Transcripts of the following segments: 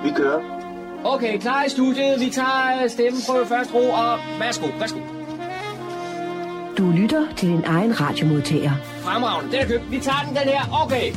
Vi kører. Okay, klar i studiet. Vi tager stemmen på første ro, og værsgo. Du lytter til din egen radiomodtager. Fremragende, den er købt. Vi tager den her. Okay.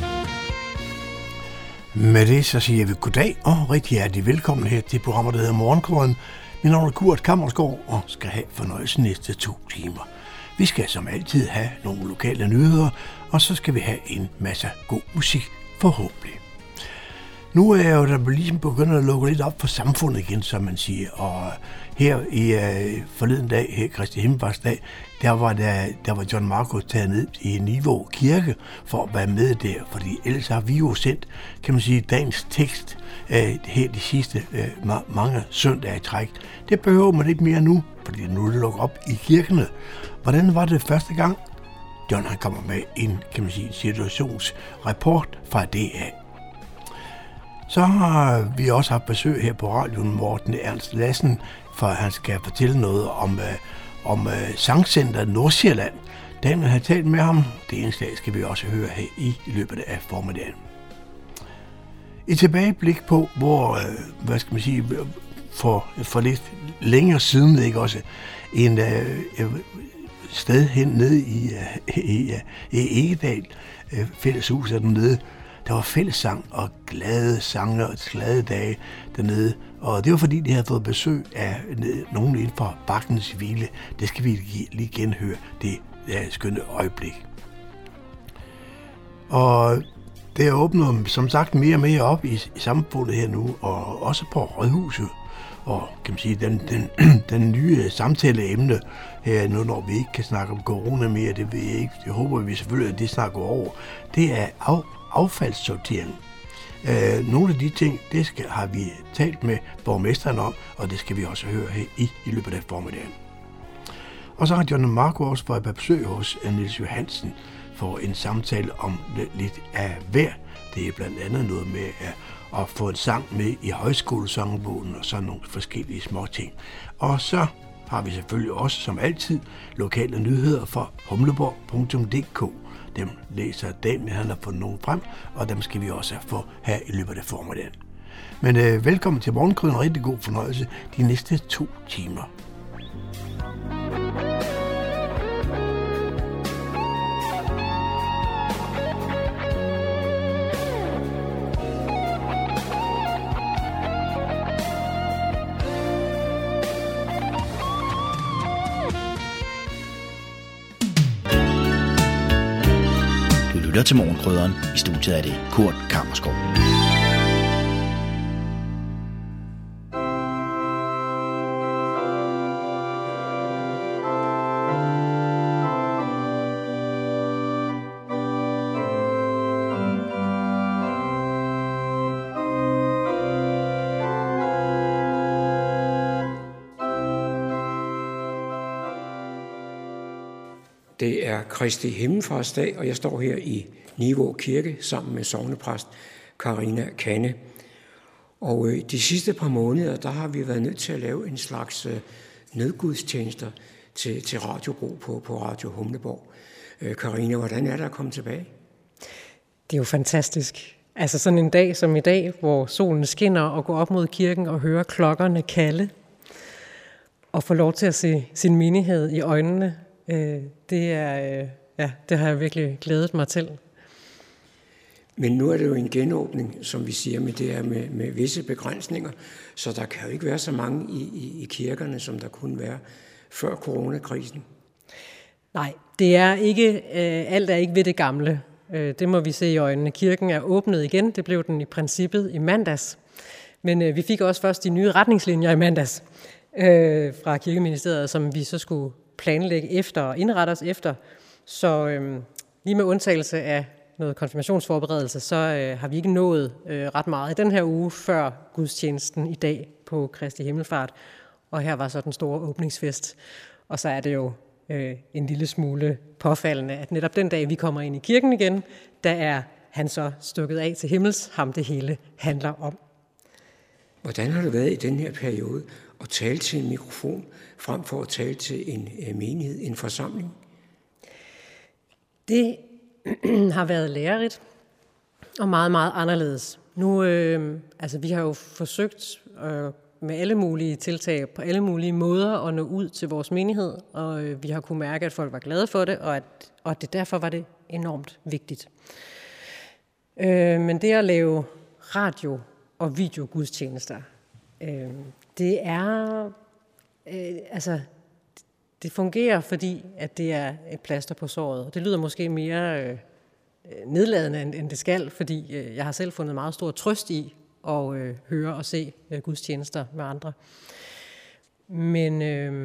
Med det så siger vi goddag og rigtig hjertelig velkommen her til programmet, der hedder Morgenkrøden. Min navn er Kurt Kammersgaard og skal have fornøjelsen næste 2 timer. Vi skal som altid have nogle lokale nyheder, og så skal vi have en masse god musik, forhåbentlig. Nu er jeg jo der ligesom begyndt at lukke lidt op for samfundet igen, som man siger. Og her i forleden dag, her Kristi Himmelfartsdag, der var John Markus taget ned i Nivå Kirke for at være med der. Fordi ellers har vi jo sendt, kan man sige, dagens tekst her de sidste mange søndage i træk. Det behøver man ikke mere nu, fordi nu er det lukket op i kirkene. Hvordan var det første gang? John han kommer med en, kan man sige, situationsrapport fra DA. Så har vi også haft besøg her på radioen, Morten Ernst Lassen, for han skal fortælle noget om Sangcenter Nordsjælland. Da man har talt med ham, det eneste dag skal vi også høre her i løbet af formiddagen. Et tilbageblik på, hvor, for lidt længere siden, ikke også, en sted hen nede i Egedal, fælleshus dernede. Der var fællessang og glade sange og glade dage dernede. Og det var fordi, de havde fået besøg af nogen inden for Bakkens Hvile. Det skal vi lige genhøre, det skønne øjeblik. Og det er åbnet, som sagt, mere og mere op i samfundet her nu, og også på Rådhuset. Og kan man sige, den nye samtaleemne her nu, når vi ikke kan snakke om corona mere, det ved jeg ikke. Det håber vi selvfølgelig, at det snakker over. Det er affaldssortering. Nogle af de ting, har vi talt med borgmesteren om, og det skal vi også høre her i løbet af formiddagen. Og så har John Marco også været på besøg hos Niels Johansen for en samtale om lidt af hver. Det er blandt andet noget med at få en sang med i højskolesangbogen og sådan nogle forskellige små ting. Og så har vi selvfølgelig også, som altid, lokale nyheder fra humleborg.dk. Dem læser Daniel, han har fundet nogen frem, og dem skal vi også få her i løbet af formiddagen. Men velkommen til Morgenkrøden, rigtig god fornøjelse de næste 2 timer. Lytter til Morgenkrydderen. I studiet er det Kurt Kammersgaard. Det er Kristi Himmelfartsdag, og jeg står her i Nivå Kirke sammen med sognepræst Karina Kanne. Og de sidste par måneder, der har vi været nødt til at lave en slags nødgudstjenester til radiobrug på Radio Humleborg. Karina, hvordan er det at komme tilbage? Det er jo fantastisk. Altså sådan en dag som i dag, hvor solen skinner og går op mod kirken og høre klokkerne kalde, og få lov til at se sin menighed i øjnene, det har jeg virkelig glædet mig til. Men nu er det jo en genåbning, som vi siger, men det er med visse begrænsninger, så der kan jo ikke være så mange i kirkerne, som der kunne være før coronakrisen. Nej, det er ikke, alt er ikke ved det gamle. Det må vi se i øjnene. Kirken er åbnet igen, det blev den i princippet i mandags. Men vi fik også først de nye retningslinjer i mandags fra Kirkeministeriet, som vi så skulle planlægge efter og indrette os efter. Så lige med undtagelse af noget konfirmationsforberedelse, så har vi ikke nået ret meget i den her uge før gudstjenesten i dag på Kristi Himmelfart. Og her var så den store åbningsfest. Og så er det jo en lille smule påfaldende, at netop den dag, vi kommer ind i kirken igen, der er han så stukket af til himmels, ham det hele handler om. Hvordan har det været i den her periode at tale til en mikrofon, frem for at tale til en menighed, en forsamling? Det har været lærerigt og meget, meget anderledes. Nu, vi har jo forsøgt med alle mulige tiltag, på alle mulige måder at nå ud til vores menighed, og vi har kunne mærke, at folk var glade for det, og at det derfor var det enormt vigtigt. Men det at lave radio- og videogudstjenester, det er, det fungerer, fordi at det er et plaster på såret. Det lyder måske mere nedladende, end det skal, fordi jeg har selv fundet meget stor trøst i at høre og se gudstjenester med andre. Men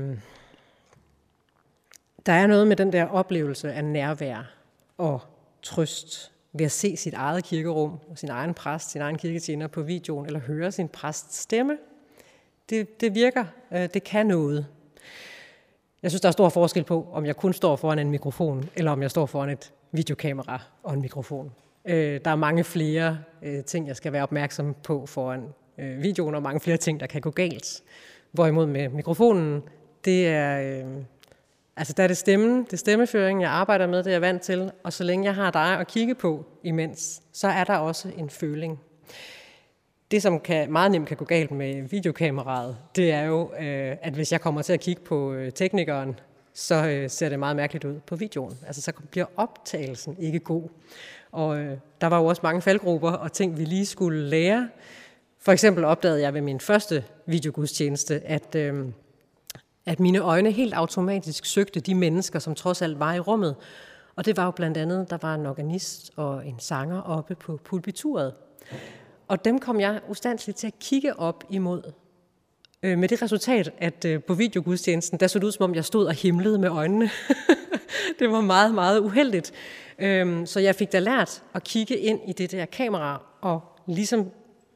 der er noget med den der oplevelse af nærvær og trøst ved at se sit eget kirkerum, sin egen præst, sin egen kirketjener på videoen, eller høre sin præsts stemme. Det virker, det kan noget. Jeg synes, der er stor forskel på, om jeg kun står foran en mikrofon, eller om jeg står foran et videokamera og en mikrofon. Der er mange flere ting, jeg skal være opmærksom på foran videoen, og mange flere ting, der kan gå galt. Hvorimod med mikrofonen, det er, der er det stemmen, det er stemmeføring, jeg arbejder med, det er jeg vant til, og så længe jeg har dig at kigge på imens, så er der også en føling. Det, som meget nemt kan gå galt med videokameraet, det er jo, at hvis jeg kommer til at kigge på teknikeren, så ser det meget mærkeligt ud på videoen. Altså, så bliver optagelsen ikke god. Og der var jo også mange faldgrupper og ting, vi lige skulle lære. For eksempel opdagede jeg ved min første videogudstjeneste, at mine øjne helt automatisk søgte de mennesker, som trods alt var i rummet. Og det var jo blandt andet, der var en organist og en sanger oppe på pulpituret. Og dem kom jeg ustandsligt til at kigge op imod. Med det resultat, at på videogudstjenesten, der så det ud, som om jeg stod og himlede med øjnene. Det var meget, meget uheldigt. Så jeg fik da lært at kigge ind i det der kamera, og ligesom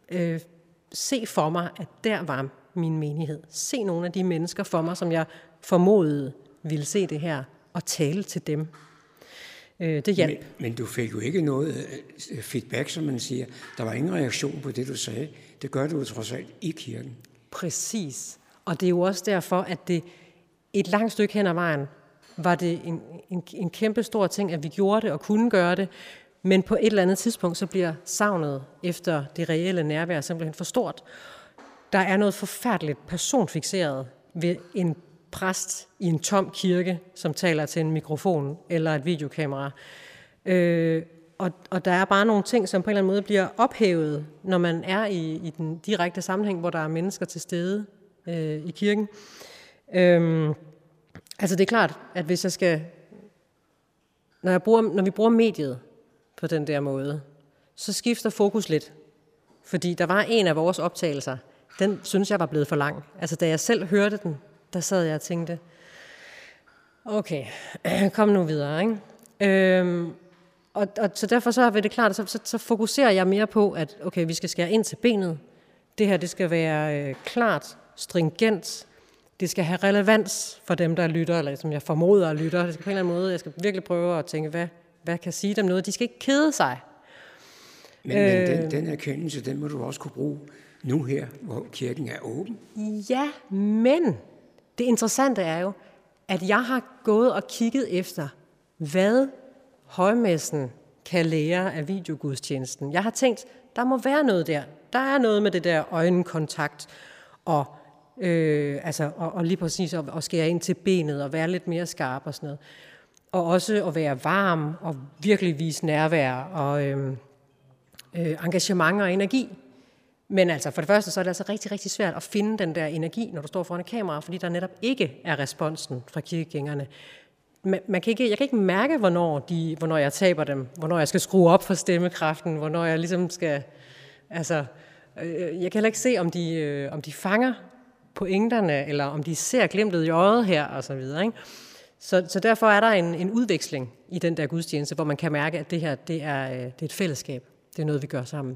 se for mig, at der var min menighed. Se nogle af de mennesker for mig, som jeg formodede ville se det her, og tale til dem. Det hjalp. Men du fik jo ikke noget feedback, som man siger. Der var ingen reaktion på det, du sagde. Det gør du jo trods alt i kirken. Præcis. Og det er jo også derfor, at det et langt stykke hen ad vejen var det en kæmpe stor ting, at vi gjorde det og kunne gøre det. Men på et eller andet tidspunkt, så bliver savnet efter det reelle nærvær simpelthen for stort. Der er noget forfærdeligt personfikseret ved en præst i en tom kirke, som taler til en mikrofon eller et videokamera. Og der er bare nogle ting, som på en eller anden måde bliver ophævet, når man er i den direkte sammenhæng, hvor der er mennesker til stede i kirken. Det er klart, at hvis jeg skal... Når vi bruger mediet på den der måde, så skifter fokus lidt. Fordi der var en af vores optagelser, den synes jeg var blevet for lang. Altså da jeg selv hørte den, der sad jeg og tænkte, okay, kom nu videre, ikke? Og så derfor så er det klart, så fokuserer jeg mere på, at okay, vi skal skære ind til benet. Det her, det skal være klart, stringent. Det skal have relevans for dem, der lytter, eller som jeg formoder lytter. Det skal på en eller anden måde, jeg skal virkelig prøve at tænke, hvad kan sige dem noget? De skal ikke kede sig. Men den erkendelse, den må du også kunne bruge nu her, hvor kirken er åben. Ja, men det interessante er jo, at jeg har gået og kigget efter, hvad højmessen kan lære af videogudstjenesten. Jeg har tænkt, der må være noget der. Der er noget med det der øjenkontakt, og lige præcis at skære ind til benet, og være lidt mere skarp og sådan noget. Og også at være varm, og virkelig vise nærvær, og engagement og energi. Men altså, for det første, så er det altså rigtig, rigtig svært at finde den der energi, når du står foran et kamera, fordi der netop ikke er responsen fra kirkegængerne. Jeg kan ikke mærke, hvornår jeg taber dem, hvornår jeg skal skrue op for stemmekraften, hvornår jeg ligesom skal... Altså, jeg kan heller ikke se, om de fanger pointerne, eller om de ser glimtet i øjet her, og så videre, ikke? Så derfor er der en udveksling i den der gudstjeneste, hvor man kan mærke, at det her, det er et fællesskab. Det er noget, vi gør sammen.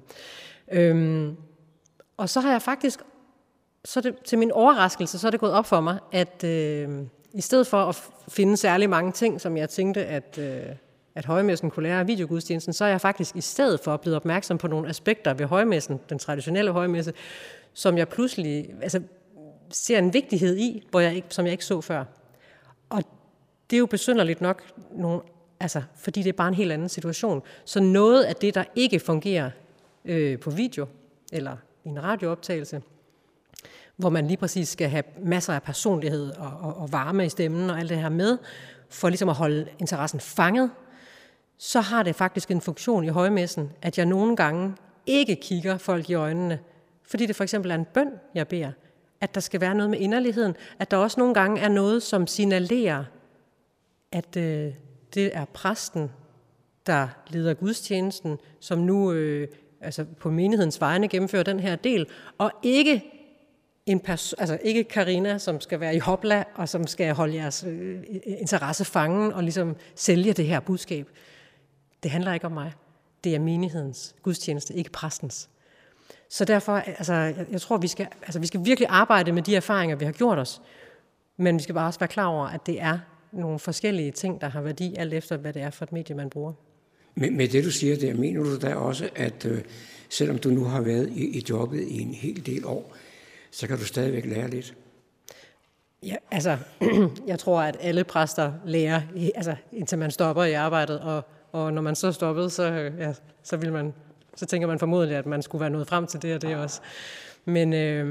Og så har jeg faktisk, til min overraskelse, så er det gået op for mig, at i stedet for at finde særlig mange ting, som jeg tænkte, at højmessen kunne lære af videogudstjenesten, så er jeg faktisk i stedet for blevet opmærksom på nogle aspekter ved højmessen, den traditionelle højmesse, som jeg pludselig ser en vigtighed i, som jeg ikke så før. Og det er jo besynderligt nok, fordi det er bare en helt anden situation. Så noget af det, der ikke fungerer på video eller i en radiooptagelse, hvor man lige præcis skal have masser af personlighed og varme i stemmen og alt det her med, for ligesom at holde interessen fanget, så har det faktisk en funktion i højmessen, at jeg nogle gange ikke kigger folk i øjnene, fordi det for eksempel er en bøn, jeg beder. At der skal være noget med inderligheden. At der også nogle gange er noget, som signalerer, at det er præsten, der leder gudstjenesten, som nu på menighedens vegne gennemfører den her del, og ikke ikke Karina, som skal være i hopla, og som skal holde jeres interesse fangen og ligesom sælge det her budskab. Det handler ikke om mig. Det er menighedens gudstjeneste, ikke præstens. Så derfor, jeg tror, vi skal virkelig arbejde med de erfaringer, vi har gjort os, men vi skal bare også være klar over, at det er nogle forskellige ting, der har værdi, alt efter, hvad det er for et medie, man bruger. Med det, du siger der, mener du da også, at selvom du nu har været i jobbet i en hel del år, så kan du stadigvæk lære lidt? Ja, jeg tror, at alle præster lærer, indtil man stopper i arbejdet, og når man så stoppede, så tænker man formodentlig, at man skulle være nået frem til det og det også. Men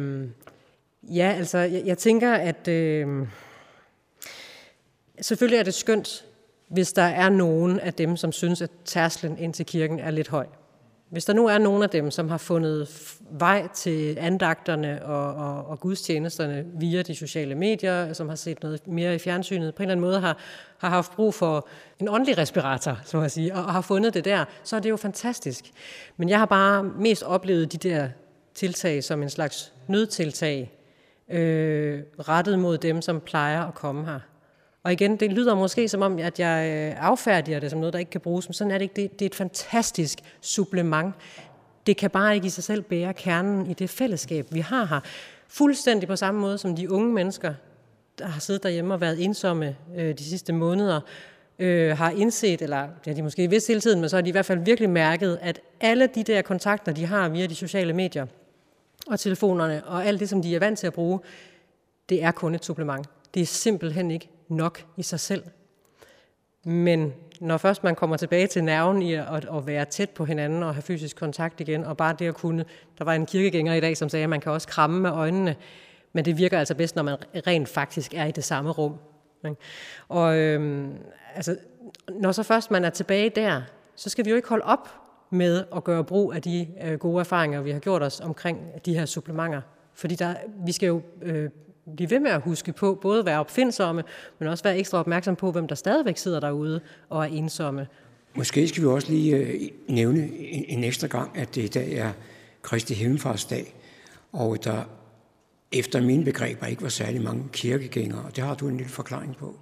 jeg tænker, at selvfølgelig er det skønt, hvis der er nogen af dem, som synes, at tærsklen ind til kirken er lidt høj. Hvis der nu er nogen af dem, som har fundet vej til andagterne og gudstjenesterne via de sociale medier, som har set noget mere i fjernsynet, på en eller anden måde har haft brug for en åndelig respirator, så at sige, og har fundet det der, så er det jo fantastisk. Men jeg har bare mest oplevet de der tiltag som en slags nødtiltag, rettet mod dem, som plejer at komme her. Og igen, det lyder måske som om, at jeg affærdiger det som noget, der ikke kan bruges, men sådan er det ikke. Det er et fantastisk supplement. Det kan bare ikke i sig selv bære kernen i det fællesskab, vi har her. Fuldstændig på samme måde som de unge mennesker, der har siddet derhjemme og været ensomme de sidste måneder, har indset, eller det har de måske vidst hele tiden, men så har de i hvert fald virkelig mærket, at alle de der kontakter, de har via de sociale medier og telefonerne, og alt det, som de er vant til at bruge, det er kun et supplement. Det er simpelthen ikke nok i sig selv. Men når først man kommer tilbage til nerven i at være tæt på hinanden og have fysisk kontakt igen, og bare det at kunne, der var en kirkegænger i dag, som sagde, at man kan også kramme med øjnene, men det virker altså bedst, når man rent faktisk er i det samme rum. Og når så først man er tilbage der, så skal vi jo ikke holde op med at gøre brug af de gode erfaringer, vi har gjort os omkring de her supplementer. Fordi vi skal jo blive ved med at huske på, både være opfindsomme, men også være ekstra opmærksom på, hvem der stadigvæk sidder derude og er ensomme. Måske skal vi også lige nævne en ekstra gang, at det i dag er Kristi Himmelfartsdag, og der efter mine begreber ikke var særlig mange kirkegængere, og det har du en lille forklaring på.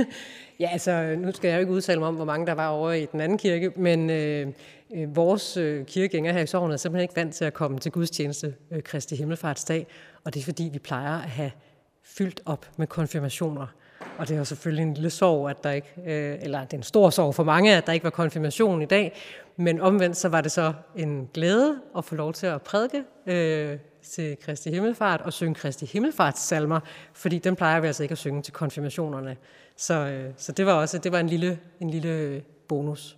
Ja, nu skal jeg jo ikke udtale mig om, hvor mange der var over i den anden kirke, men vores kirkegængere her i sognet er simpelthen ikke vant til at komme til gudstjeneste Kristi Himmelfartsdag, og det er fordi, vi plejer at have fyldt op med konfirmationer. Og det er jo selvfølgelig en lille sorg, at der ikke, eller det er en stor sorg for mange, at der ikke var konfirmation i dag, men omvendt så var det så en glæde at få lov til at prædike til Kristi Himmelfart og synge Kristi Himmelfartssalmer, fordi den plejer vi altså ikke at synge til konfirmationerne. Så det var en lille bonus.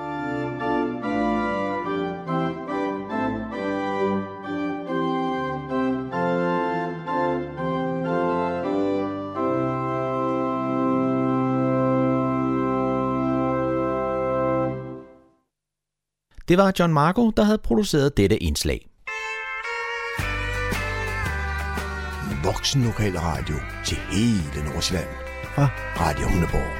Det var John Marco, der havde produceret dette indslag. Voksen lokal radio til hele Nordsjælland fra Radio Hundeborg.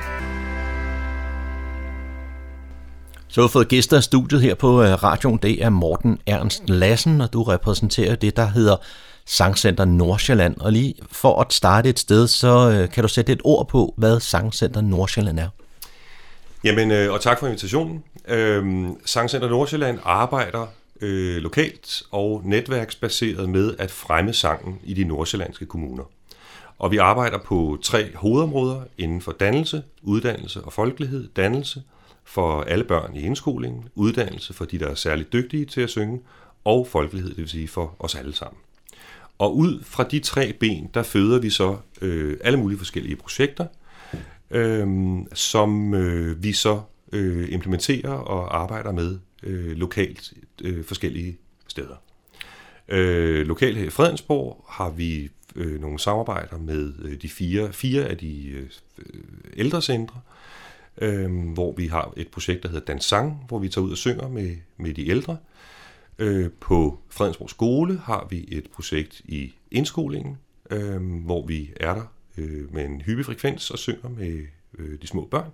Så har vi fået gæster af studiet her på radioen. Det er Morten Ernst Lassen, og du repræsenterer det, der hedder Sangcenter Nordsjælland. Og lige for at starte et sted, så kan du sætte et ord på, hvad Sangcenter Nordsjælland er. Jamen, og tak for invitationen. Sangcenter Nordsjælland arbejder lokalt og netværksbaseret med at fremme sangen i de nordsjællandske kommuner. Og vi arbejder på 3 hovedområder inden for dannelse, uddannelse og folkelighed. Dannelse for alle børn i indskolingen, uddannelse for de, der er særligt dygtige til at synge, og folkelighed, det vil sige for os alle sammen. Og ud fra de 3 ben, der føder vi så alle mulige forskellige projekter, som vi så implementerer og arbejder med lokalt forskellige steder. Lokalt her i Fredensborg har vi nogle samarbejder med de fire af de ældrecentre, hvor vi har et projekt, der hedder Dansang, hvor vi tager ud og synger med de ældre. På Fredensborg Skole har vi et projekt i indskolingen, hvor vi er der med en hyppig frekvens og synger med de små børn.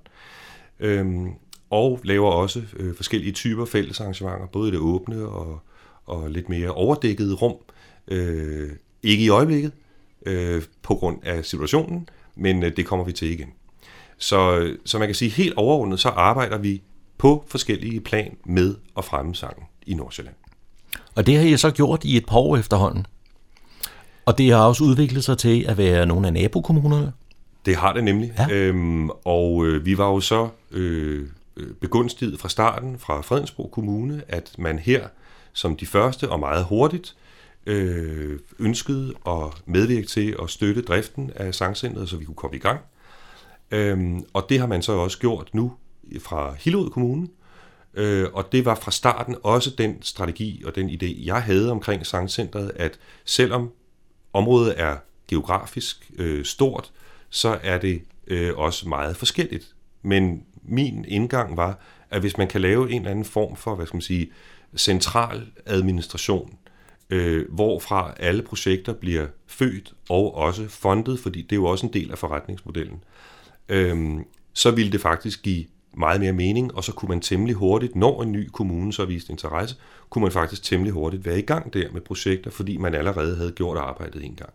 Og laver også forskellige typer fællesarrangementer, både i det åbne og lidt mere overdækkede rum. Ikke i øjeblikket, på grund af situationen, men det kommer vi til igen. Så man kan sige, helt overordnet, så arbejder vi på forskellige plan med at fremme sangen i Nordsjælland. Og det har I så gjort i et par år efterhånden. Og det har også udviklet sig til at være nogle af nabokommunerne. Det har det nemlig. Ja. Vi var jo så begunstiget fra starten fra Fredensborg Kommune, at man her som de første og meget hurtigt ønskede at medvirke til at støtte driften af sangcentret, så vi kunne komme i gang. Og det har man så også gjort nu fra Hillerød Kommune. Og det var fra starten også den strategi og den idé, jeg havde omkring sangcentret, at selvom området er geografisk stort, så er det også meget forskelligt. Men min indgang var, at hvis man kan lave en eller anden form for, central administration, hvorfra alle projekter bliver født og også fundet, fordi det er jo også en del af forretningsmodellen, så ville det faktisk give meget mere mening, og så kunne man temmelig hurtigt, når en ny kommune så viste interesse, kunne man faktisk temmelig hurtigt være i gang der med projekter, fordi man allerede havde gjort arbejdet en gang.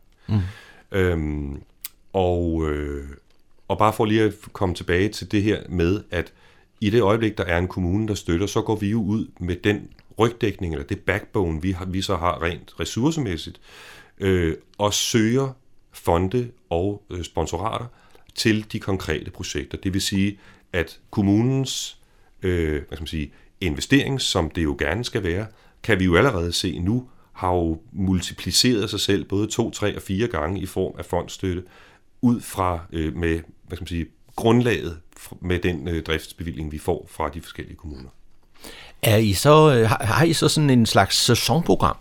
Og bare for lige at komme tilbage til det her med, at i det øjeblik, der er en kommune, der støtter, så går vi jo ud med den rygdækning, eller det backbone, vi så har rent ressourcemæssigt, og søger fonde og sponsorater til de konkrete projekter. Det vil sige, at kommunens investering, som det jo gerne skal være, kan vi jo allerede se nu, har jo multipliceret sig selv både 2, 3 og 4 gange i form af fondsstøtte, ud fra med grundlaget med den driftsbevilling, vi får fra de forskellige kommuner. Har I så sådan en slags sæsonprogram?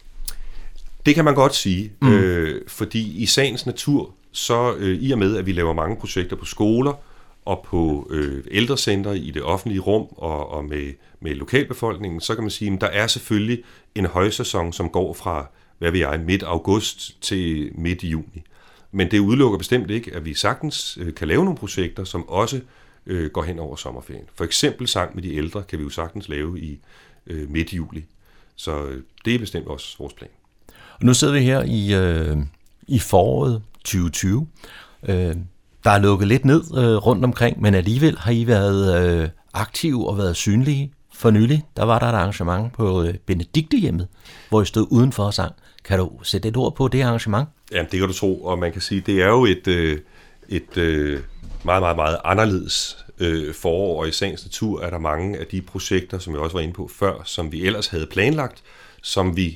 Det kan man godt sige, fordi i sagens natur, så i og med, at vi laver mange projekter på skoler og på ældrecentre i det offentlige rum og med lokalbefolkningen, så kan man sige, at der er selvfølgelig en højsæson, som går fra, midt august til midt juni. Men det udelukker bestemt ikke, at vi sagtens kan lave nogle projekter, som også går hen over sommerferien. For eksempel sang med de ældre kan vi jo sagtens lave i midt juli. Så det er bestemt også vores plan. Og nu sidder vi her i foråret 2020. Der er lukket lidt ned rundt omkring, men alligevel har I været aktive og været synlige. For nylig, der var der et arrangement på Benediktehjemmet, hvor I stod udenfor og sang. Kan du sætte et ord på det arrangement? Jamen, det kan du tro, og man kan sige, det er jo et meget, meget, meget anderledes forår, og i sagens natur er der mange af de projekter, som jeg også var inde på før, som vi ellers havde planlagt, som vi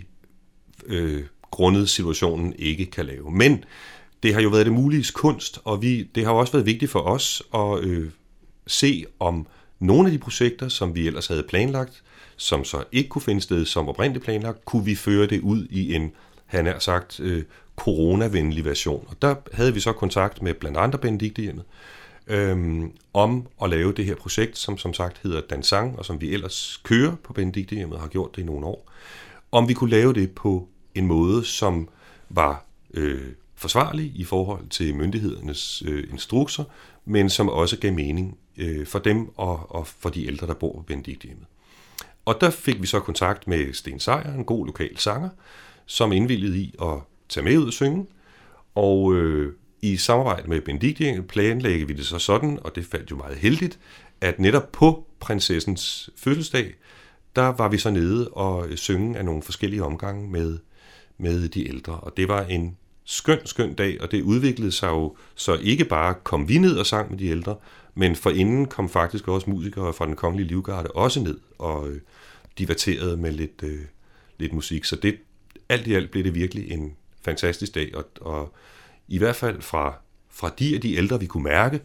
grundet situationen ikke kan lave. Men det har jo været det muliges kunst, og det har jo også været vigtigt for os at se om nogle af de projekter, som vi ellers havde planlagt, som så ikke kunne finde sted som oprindeligt planlagt, kunne vi føre det ud i en, han har sagt, coronavenlig version. Og der havde vi så kontakt med blandt andre Benediktehjemmet om at lave det her projekt, som sagt hedder Dansang, og som vi ellers kører på Benediktehjemmet, har gjort det i nogle år. Om vi kunne lave det på en måde, som var forsvarlig i forhold til myndighedernes instrukser, men som også gav mening for dem og for de ældre, der bor på Benediktehjemmet. Og der fik vi så kontakt med Sten Sejer, en god lokal sanger, som indvilligede i at tage med ud og synge. Og i samarbejde med Benediktehjemmet planlagde vi det så sådan, og det faldt jo meget heldigt, at netop på prinsessens fødselsdag, der var vi så nede og synge af nogle forskellige omgange med de ældre. Og det var en skøn dag, og det udviklede sig jo så ikke bare kom vi ned og sang med de ældre, men forinden kom faktisk også musikere fra den Kongelige Livgarde også ned og diverterede med lidt musik. Så det alt i alt blev det virkelig en fantastisk dag, og i hvert fald fra de ældre, vi kunne mærke,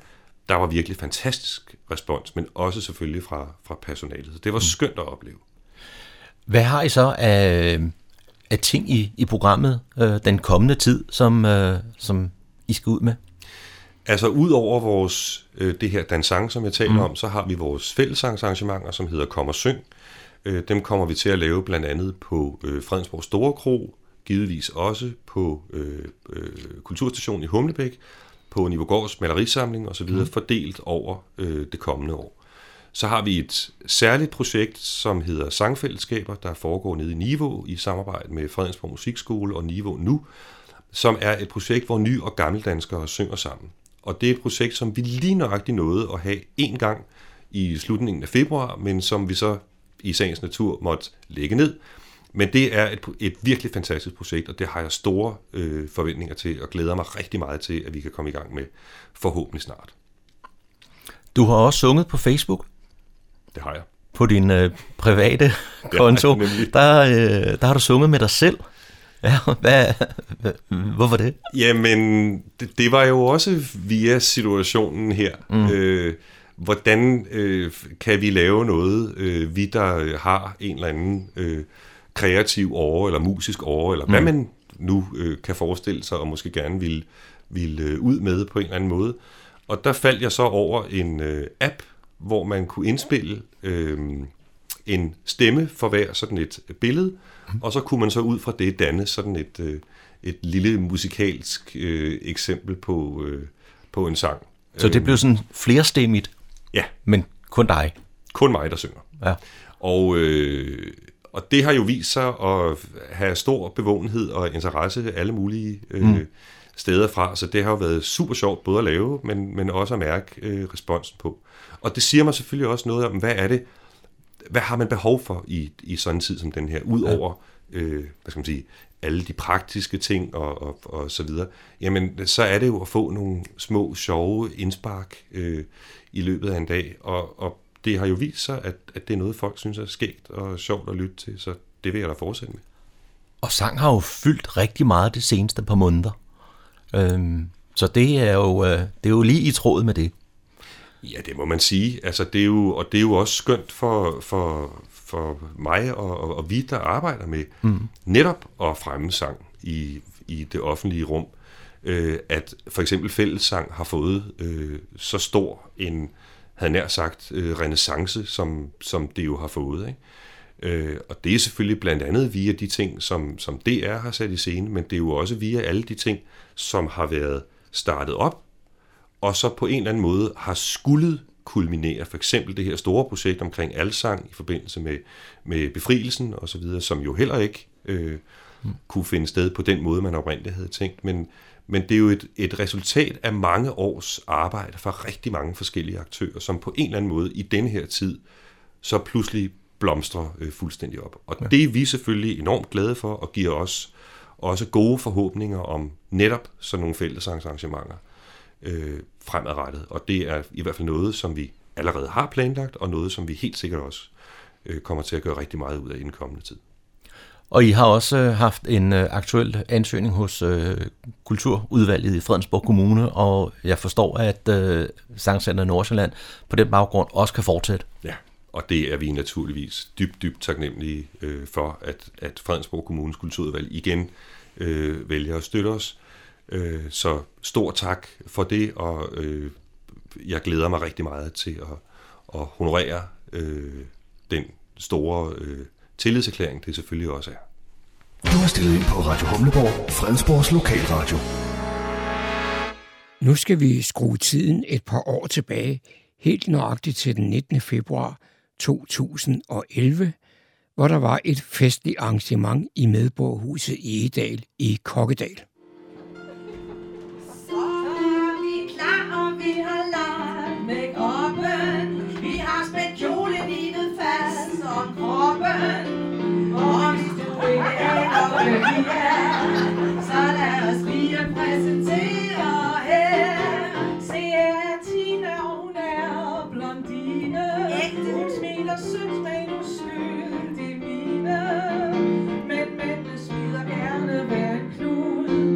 der var virkelig fantastisk respons, men også selvfølgelig fra personalet. Så det var skønt at opleve. Hvad har I så af ting i programmet den kommende tid, som I skal ud med? Altså ud over vores, det her dansang, som jeg taler om, så har vi vores fællessangsarrangementer, som hedder Kom og Syng. Dem kommer vi til at lave blandt andet på Fredensborg Store Kro, givetvis også på Kulturstationen i Humlebæk, på Nivogårds malerisamling osv., fordelt over det kommende år. Så har vi et særligt projekt, som hedder Sangfællesskaber, der foregår nede i Niveau i samarbejde med Fredensborg Musikskole og Niveau Nu, som er et projekt, hvor ny- og gammeldanskere synger sammen. Og det er et projekt, som vi lige nøjagtigt nåede at have en gang i slutningen af februar, men som vi så i sagens natur måtte lægge ned. Men det er et virkelig fantastisk projekt, og det har jeg store forventninger til, og glæder mig rigtig meget til, at vi kan komme i gang med forhåbentlig snart. Du har også sunget på Facebook. Det har jeg. På din private konto. Ja, der har du sunget med dig selv. Ja, hvorfor det? Jamen, det var jo også via situationen her. Hvordan kan vi lave noget, vi der har en eller anden kreativ åre, eller musisk åre, eller hvad man nu kan forestille sig, og måske gerne ville ud med på en eller anden måde. Og der faldt jeg så over en app, hvor man kunne indspille en stemme for hver sådan et billede, og så kunne man så ud fra det danne sådan et lille musikalsk eksempel på en sang. Så det blev sådan flerstemmigt? Ja. Men kun dig? Kun mig, der synger. Ja. Og det har jo vist sig at have stor bevågenhed og interesse alle mulige steder fra, så det har jo været super sjovt både at lave, men også at mærke responsen på. Og det siger mig selvfølgelig også noget om, hvad har man behov for i sådan en tid som den her, udover hvad skal man sige, alle de praktiske ting og så videre. Jamen, så er det jo at få nogle små, sjove indspark i løbet af en dag, og det har jo vist sig, at det er noget, folk synes er skægt og sjovt at lytte til, så det vil jeg da fortsætte med. Og sang har jo fyldt rigtig meget det seneste par måneder. Så det er jo lige i tråd med det. Ja, det må man sige. Altså, det er jo også skønt for mig og vi, der arbejder med netop at fremme sang i det offentlige rum. At for eksempel fællessang har fået så stor en, havde nær sagt, renæssance, som det jo har fået. Ikke? Og det er selvfølgelig blandt andet via de ting, som DR har sat i scene, men det er jo også via alle de ting, som har været startet op, og så på en eller anden måde har skullet kulminere. For eksempel det her store projekt omkring alsang i forbindelse med befrielsen og så videre, som jo heller ikke kunne finde sted på den måde, man oprindeligt havde tænkt. Men det er jo et resultat af mange års arbejde fra rigtig mange forskellige aktører, som på en eller anden måde i denne her tid så pludselig blomstrer fuldstændig op. Og det er vi selvfølgelig enormt glade for, og giver os også gode forhåbninger om netop sådan nogle fællessangsarrangementer fremadrettet. Og det er i hvert fald noget, som vi allerede har planlagt, og noget, som vi helt sikkert også kommer til at gøre rigtig meget ud af i den kommende tid. Og I har også haft en aktuel ansøgning hos Kulturudvalget i Fredensborg Kommune, og jeg forstår, at Sangcenter Nordsjælland på den baggrund også kan fortsætte. Ja, og det er vi naturligvis dybt taknemmelige for, at Fredensborg Kommunes Kulturudvalg igen vælger at støtte os. Så stor tak for det, og jeg glæder mig rigtig meget til at honorere den store tillidserklæring, det selvfølgelig også er. Du har stillet ind på Radio Humleborg, Fredensborgs lokalradio. Nu skal vi skrue tiden et par år tilbage, helt nøjagtigt til den 19. februar 2011, hvor der var et festligt arrangement i Medborgerhuset i Egedal i Kokkedal. Så lad os lige præsentere her. Se her, Tina, hun er blondine. Hun smiler sødt, men uskyldig mine. Men mændene smiler gerne hver en klud.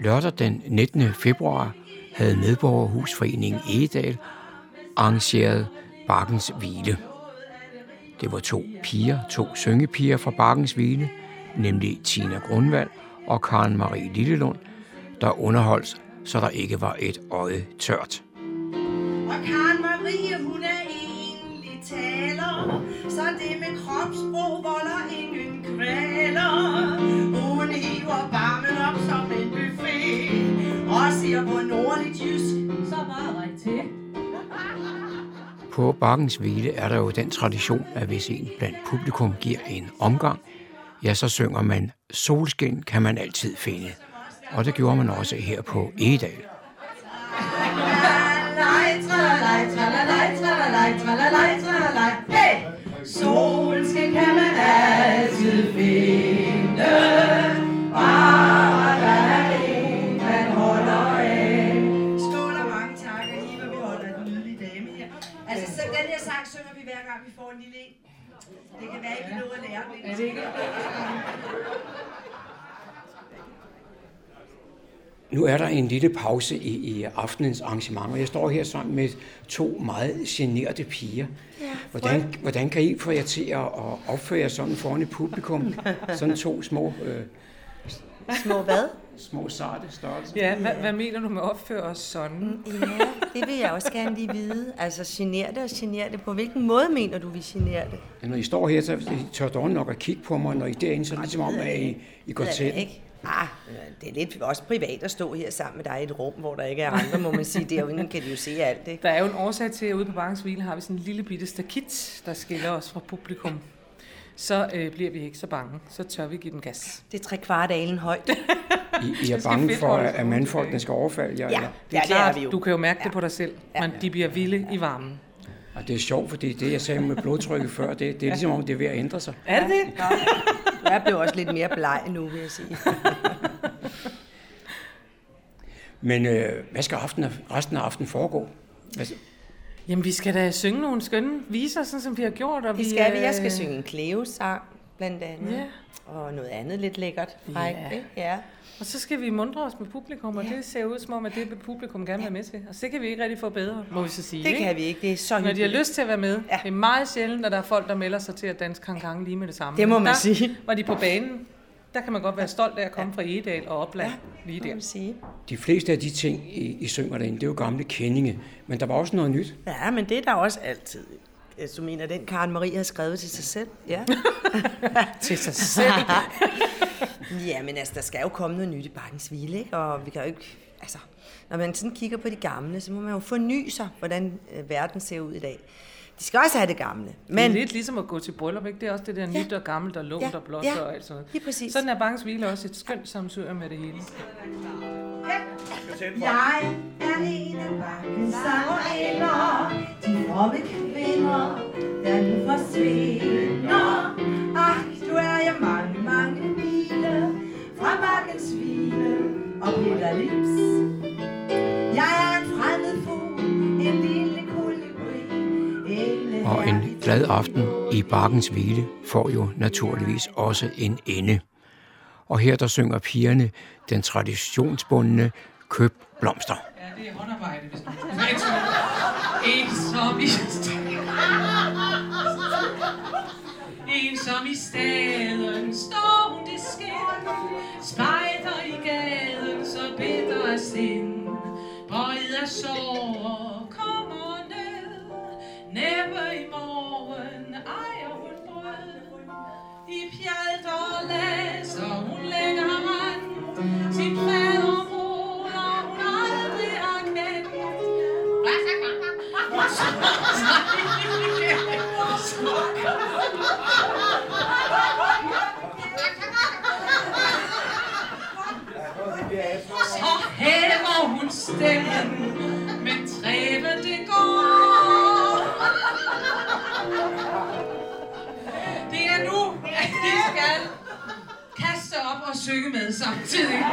Lørdag den 19. februar havde Medborgerhusforeningen Egedal arrangeret Bakkens Hvile. Det var 2 syngepiger fra Bakkens Hvile, nemlig Tina Grundvald og Karen Marie Lillelund, der underholdt, så der ikke var et øje tørt. Og Karen Marie, hun er egentlig taler, så det med kropssprog volder ingen kvaler. Hun hiver barmen op som en buffet, og siger på nordligt jysk, så meget ret til. På Bakkens Hvile er der jo den tradition, at hvis en blandt publikum giver en omgang, ja, så synger man Solskin kan man altid finde. Og det gjorde man også her på Egedal. Hey! Solskin kan man altid finde, bare der er en, man holder af. Skål og mange tak, I hvor vi holder en nydelig dame her. Altså, så den her sang synger vi hver gang, vi får en lille en. Det kan være, I kan nå at lære den. Er det ikke? Nu er der en lille pause i aftenens arrangement, og jeg står her sammen med 2 meget generte piger. Ja, hvordan kan I få jer til at opføre jer sådan foran et publikum? Sådan 2 små... Små hvad? Små sarte størrelser. Ja, hvad mener du med opføre os sådan? Ja, det vil jeg også gerne lige vide. Altså, genere det. På hvilken måde mener du, vi generer det? Ja, når I står her, så tør dårligt nok at kigge på mig, når I er derinde, så er det ligesom om, at I går til. Det er lidt også privat at stå her sammen med dig i et rum, hvor der ikke er andre, må man sige. Derude kan de jo se alt, ikke? Der er jo en årsag til, at ude på Bakkens Hvile har vi sådan en lille bitte stakit, der skiller os fra publikum. Så bliver vi ikke så bange. Så tør vi give den gas. Det er 3/4 alen højt. I er bange for, at mandfolkene skal overfalde jer? Ja, det er klart. Du kan jo mærke det på dig selv. De bliver vilde i varmen. Og det er sjovt, fordi det, jeg sagde med blodtrykket før, det er ligesom om, det er ved at ændre sig. Er det? Ja. Jeg blev også lidt mere bleg nu, vil jeg sige. Men hvad skal resten af aftenen foregå? Jamen, vi skal da synge nogle skønne viser, sådan som vi har gjort. Og det skal vi. Jeg skal synge en Cleo-sang, blandt andet. Ja. Og noget andet lidt lækkert. Frækt, ja. Og så skal vi mundre os med publikum, og det ser ud som om, at det vil publikum gerne være med til. Og så kan vi ikke rigtig få bedre, må vi så sige. Det kan vi ikke, det er så hyggeligt. Når de har lyst til at være med. Ja. Det er meget sjældent, at der er folk, der melder sig til at danse kankang lige med det samme. Det må man sige. Var de på banen, der kan man godt være stolt af at komme fra Egedal og Opland lige der. Sige. De fleste af de ting, I synger derinde, det er jo gamle kendinge, men der var også noget nyt. Ja, men det er der også altid. Du mener, den Karen Marie har skrevet til sig selv? Ja. Til sig selv? Ja, men altså, der skal jo komme noget nyt i Bakkens Hvile, ikke? Og vi kan jo ikke... Altså, når man sådan kigger på de gamle, så må man jo forny sig, hvordan verden ser ud i dag. De skal også have det gamle. Men... Det er lidt ligesom at gå til bryllup, ikke? Det er også det der nyt og gammelt og lånt og blåt og alt sådan noget. Ja, præcis. Sådan er Bakkens Hvile også et skønt samsøger med det hele. Jeg er en af Bakkens sangerinder, de fromme kvinder, der nu forsvinder. Du er jeg mange mile fra Bakkens Hvile og Peter Lips. Jeg er en fremmed fugl, en lille kolibri. Og en glad aften i Bakkens Hvile får jo naturligvis også en ende. Og her der synger pigerne den traditionsbundne Køb blomster. Ja, det er håndarbejde, hvis man En som i staden står hun det skin, spejder i gaden, så bitter af sind. Bøjet af sår kommer ned, næppe i morgen ejer hun brød. I pjalter læser hun længere rand, sin faderbroder hun aldrig har kendt. Så hæver hun stemmen, men træbe det går. Det er nu, at I skal kaste op og synge med samtidig.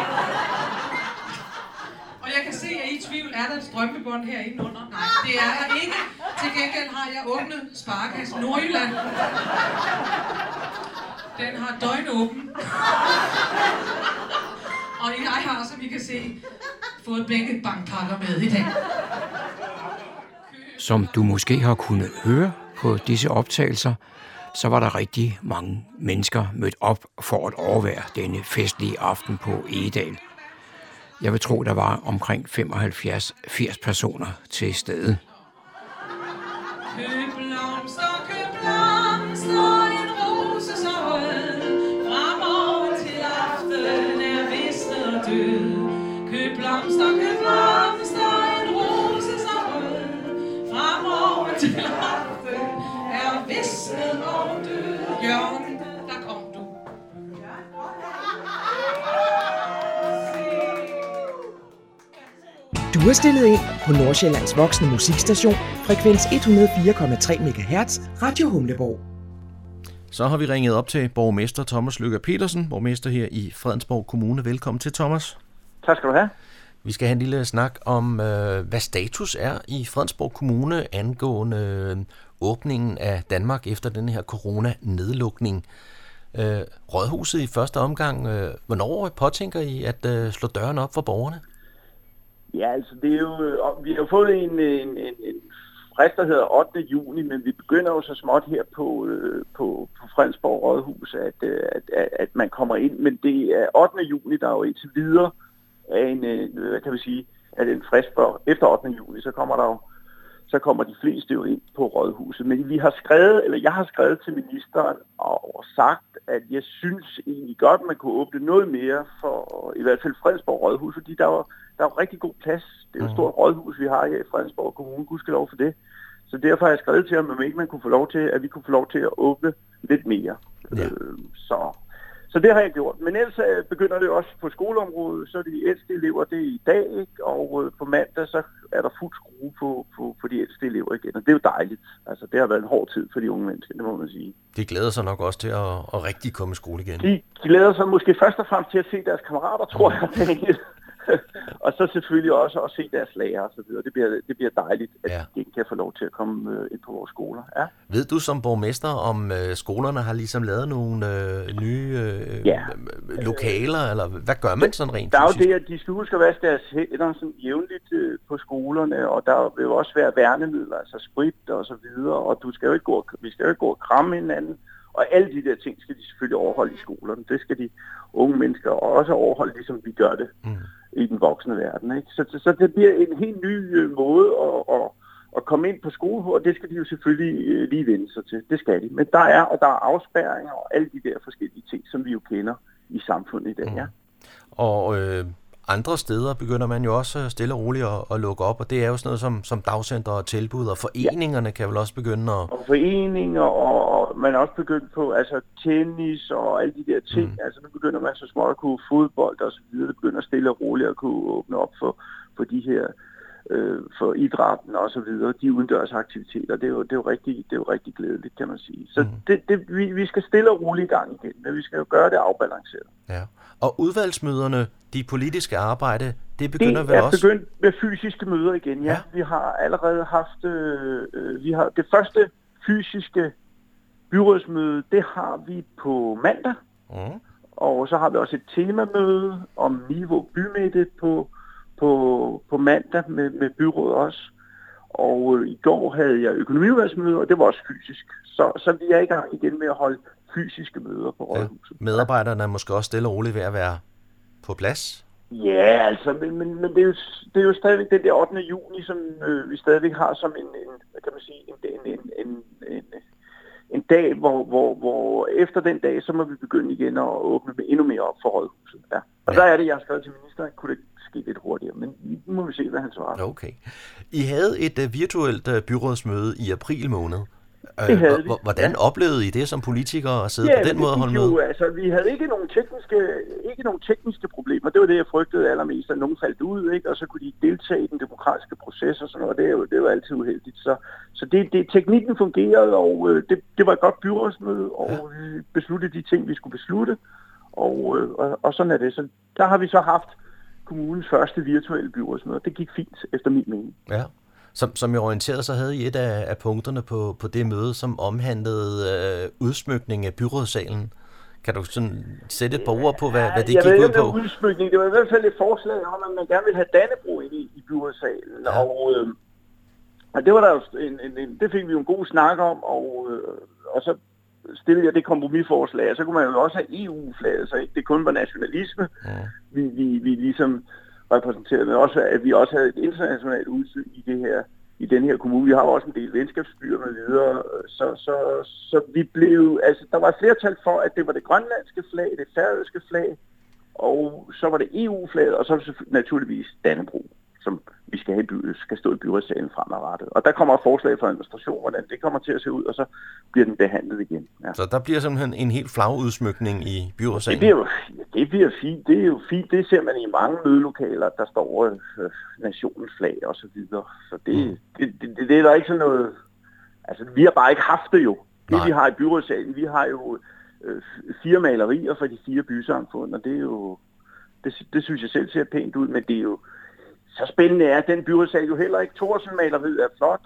Og jeg kan se, at I er i tvivl, er der et strømpebånd herinde under? Nej, det er der ikke. Til gengæld har jeg åbnet Sparekassen Nordjylland. Den har døgnåben. Og jeg har, som I kan se, fået begge bankpakker med i dag. Som du måske har kunnet høre på disse optagelser, så var der rigtig mange mennesker mødt op for at overvære denne festlige aften på Egedal. Jeg vil tro, der var omkring 75-80 personer til stede. Køb blomster, en rose så rød, fremover til aften er visnet og død. Køb blomster, en rose så rød, fremover til aften er visnet og død. Jørgen, der kom du. Du er stillet ind på Nordsjællands voksne musikstation, frekvens 104,3 MHz, Radio Humleborg. Så har vi ringet op til borgmester Thomas Lykke Petersen, borgmester her i Fredensborg Kommune. Velkommen til, Thomas. Tak skal du have. Vi skal have en lille snak om, hvad status er i Fredensborg Kommune angående åbningen af Danmark efter den her corona-nedlukning. Rådhuset i første omgang, hvornår påtænker I at slå døren op for borgerne? Ja, altså det er jo, vi har jo fået en frist, der hedder 8. juni, men vi begynder jo så småt her på Fredensborg Rådhus, at man kommer ind, men det er 8. juni, der er jo indtil videre af en, hvad kan vi sige, at en frist for efter 8. juni, så kommer de fleste jo ind på Rådhuset. Men jeg har skrevet til ministeren og sagt, at jeg synes egentlig godt, man kunne åbne noget mere for i hvert fald Fredensborg Rådhus, fordi der er rigtig god plads. Det er jo et stort rådhus, vi har her i Fredensborg Kommune, gudskelov for det. Så derfor har jeg skrevet til ham, at vi kunne få lov til at åbne lidt mere. Ja. Så det har jeg gjort. Men ellers begynder det også på skoleområdet, så er de ældste elever, det er i dag, ikke? Og på mandag så er der fuld skrue på de ældste elever igen, og det er jo dejligt. Altså det har været en hård tid for de unge mennesker, det må man sige. De glæder sig nok også til at rigtig komme i skole igen. De glæder sig måske først og fremmest til at se deres kammerater, tror jeg, Daniel. Og så selvfølgelig også at se deres lærer og så videre. Det bliver dejligt, at de kan få lov til at komme ind på vores skoler. Ja. Ved du som borgmester, om skolerne har ligesom lavet nogle nye lokaler, eller hvad gør man sådan rent fysisk? Der er jo det, at de skal huske at vaske deres hænder sådan jævnligt på skolerne, og der vil jo også være værnemidler, altså sprit og så videre, og vi skal jo ikke gå og kramme hinanden. Og alle de der ting skal de selvfølgelig overholde i skolerne. Det skal de unge mennesker også overholde, ligesom vi gør det i den voksne verden. Ikke? Så det bliver en helt ny måde at komme ind på skole på, og det skal de jo selvfølgelig lige vende sig til. Det skal de. Men der er afspærringer og alle de der forskellige ting, som vi jo kender i samfundet i dag. Ja. Og andre steder begynder man jo også stille og roligt at lukke op, og det er jo sådan noget som dagcenter og tilbud, og foreningerne kan vel også begynde at... Og foreninger, og man er også begyndt på tennis og alle de der ting. Altså nu begynder man så småt at kunne fodbold og så videre. Det begynder stille og roligt at kunne åbne op for de her, for idrætten og så videre. De udendørs aktiviteter, det er jo rigtig glædeligt, kan man sige. Så vi skal stille og roligt i gang igen, men vi skal jo gøre det afbalanceret. Ja. Og udvalgsmøderne, de politiske arbejde, det begynder vel også? Det er begyndt med fysiske møder igen, ja. Vi har allerede haft, det første fysiske byrådsmøde, det har vi på mandag. Og så har vi også et temamøde om Niveau bymidte på mandag med byrådet også. Og i går havde jeg økonomiudvalgsmøde, og det var også fysisk. Så vi er i gang igen med at holde fysiske møder på Rådhuset. Ja. Medarbejderne er måske også stille og roligt ved at være på plads? Ja, altså, men det er jo stadigvæk den der 8. juni, som vi stadigvæk har som en dag, hvor efter den dag, så må vi begynde igen at åbne endnu mere op for Rådhuset. Ja. Og der er det, jeg har skrevet til ministeren, kunne det ske lidt hurtigere, men nu må vi se, hvad han svarer. Okay. I havde et virtuelt byrådsmøde i april måned. Hvordan oplevede I det som politikere at sidde på den måde og holde møde? Altså, vi havde ikke nogen tekniske problemer. Det var det, jeg frygtede allermest, at nogen faldt ud, ikke? Og så kunne de deltage i den demokratiske proces og sådan noget. Det er jo altid uheldigt. Så teknikken fungerede, og det var et godt byrådsmøde, og vi besluttede de ting, vi skulle beslutte. Og sådan er det. Så der har vi så haft kommunens første virtuelle byrådsmøde. Det gik fint, efter min mening. Ja. Som jeg orienterede, så havde I et af punkterne på det møde, som omhandlede udsmykning af byrådssalen. Kan du sådan sætte et par ord på, hvad det gik ud på? Udsmykning. Det var i hvert fald et forslag om, at man gerne ville have Dannebrog ind i byrådssalen. Ja. Og det var der jo det fik vi jo en god snak om, og så stillede jeg det kompromisforslag, og så kunne man jo også have EU-flaget, så ikke det kun var nationalisme, vi ligesom repræsenterede, men også, at vi også havde et internationalt udsyn i den her kommune. Vi har også en del venskabsbyer med videre, så vi blev, altså der var et flertal for, at det var det grønlandske flag, det færøske flag, og så var det EU-flaget, og så naturligvis Dannebrog, som vi skal stå i byrådssalen fremadrettet. Og der kommer et forslag fra administration, hvordan det kommer til at se ud, og så bliver den behandlet igen. Ja. Så der bliver simpelthen en helt flagudsmykning i byrådssalen? Det bliver fint. Det er jo fint. Det ser man i mange mødelokaler, der står nationens flag og så videre. Så det er der ikke sådan noget... Altså, vi har bare ikke haft det jo. Det vi har i byrådssalen, vi har jo 4 malerier fra de 4 bysamfund, og det er jo... Det synes jeg selv ser pænt ud, men det er jo... Så spændende er, at den byrådssal jo heller ikke. Thorsen-maleriet er flot,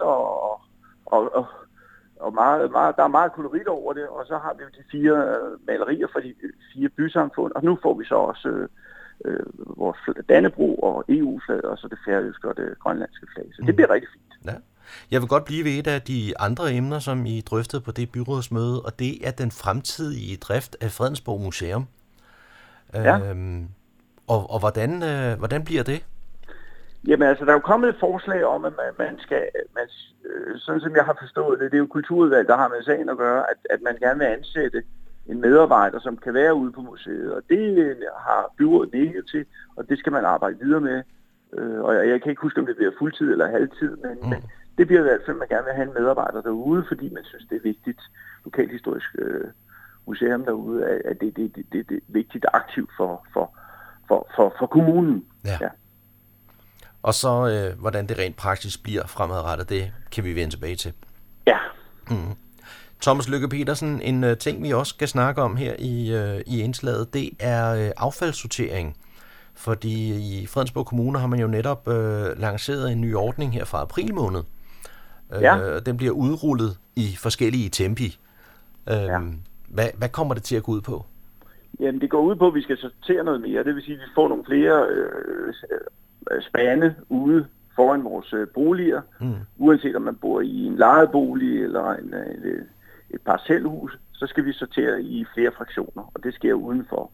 og meget, der er meget kolorit over det, og så har vi jo de 4 malerier fra de 4 bysamfund, og nu får vi så også vores Dannebrog og EU-flaget, og så det færøske og det grønlandske flag. Så det bliver rigtig fint. Ja. Jeg vil godt blive ved et af de andre emner, som I drøftede på det byrådsmøde, og det er den fremtidige drift af Fredensborg Museum. Ja. Og hvordan bliver det? Jamen altså, der er jo kommet et forslag om, at man skal, sådan som jeg har forstået det, det er jo kulturudvalg, der har med sagen at gøre, at man gerne vil ansætte en medarbejder, som kan være ude på museet, og det har byrådet nikket til, og det skal man arbejde videre med. Og jeg kan ikke huske, om det bliver fuldtid eller halvtid, men det bliver i hvert fald, at man gerne vil have en medarbejder derude, fordi man synes, det er vigtigt, lokalhistorisk museum derude, at det er vigtigt aktivt for kommunen. Ja. Og så, hvordan det rent praktisk bliver fremadrettet, det kan vi vende tilbage til. Ja. Thomas Lykke Petersen, en ting, vi også skal snakke om her i indslaget, det er affaldssortering. Fordi i Fredensborg Kommune har man jo netop lanceret en ny ordning her fra april måned. Den bliver udrullet i forskellige tempi. Hvad kommer det til at gå ud på? Jamen, det går ud på, at vi skal sortere noget mere. Det vil sige, at vi får nogle flere spande ude foran vores boliger. Uanset om man bor i en lejebolig eller et parcelhus, så skal vi sortere i flere fraktioner, og det sker udenfor.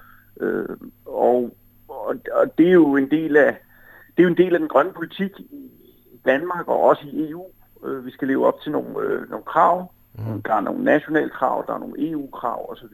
Og det er jo en del af den grønne politik i Danmark og også i EU. Vi skal leve op til nogle krav. Der er nogle nationale krav, der er nogle EU-krav osv.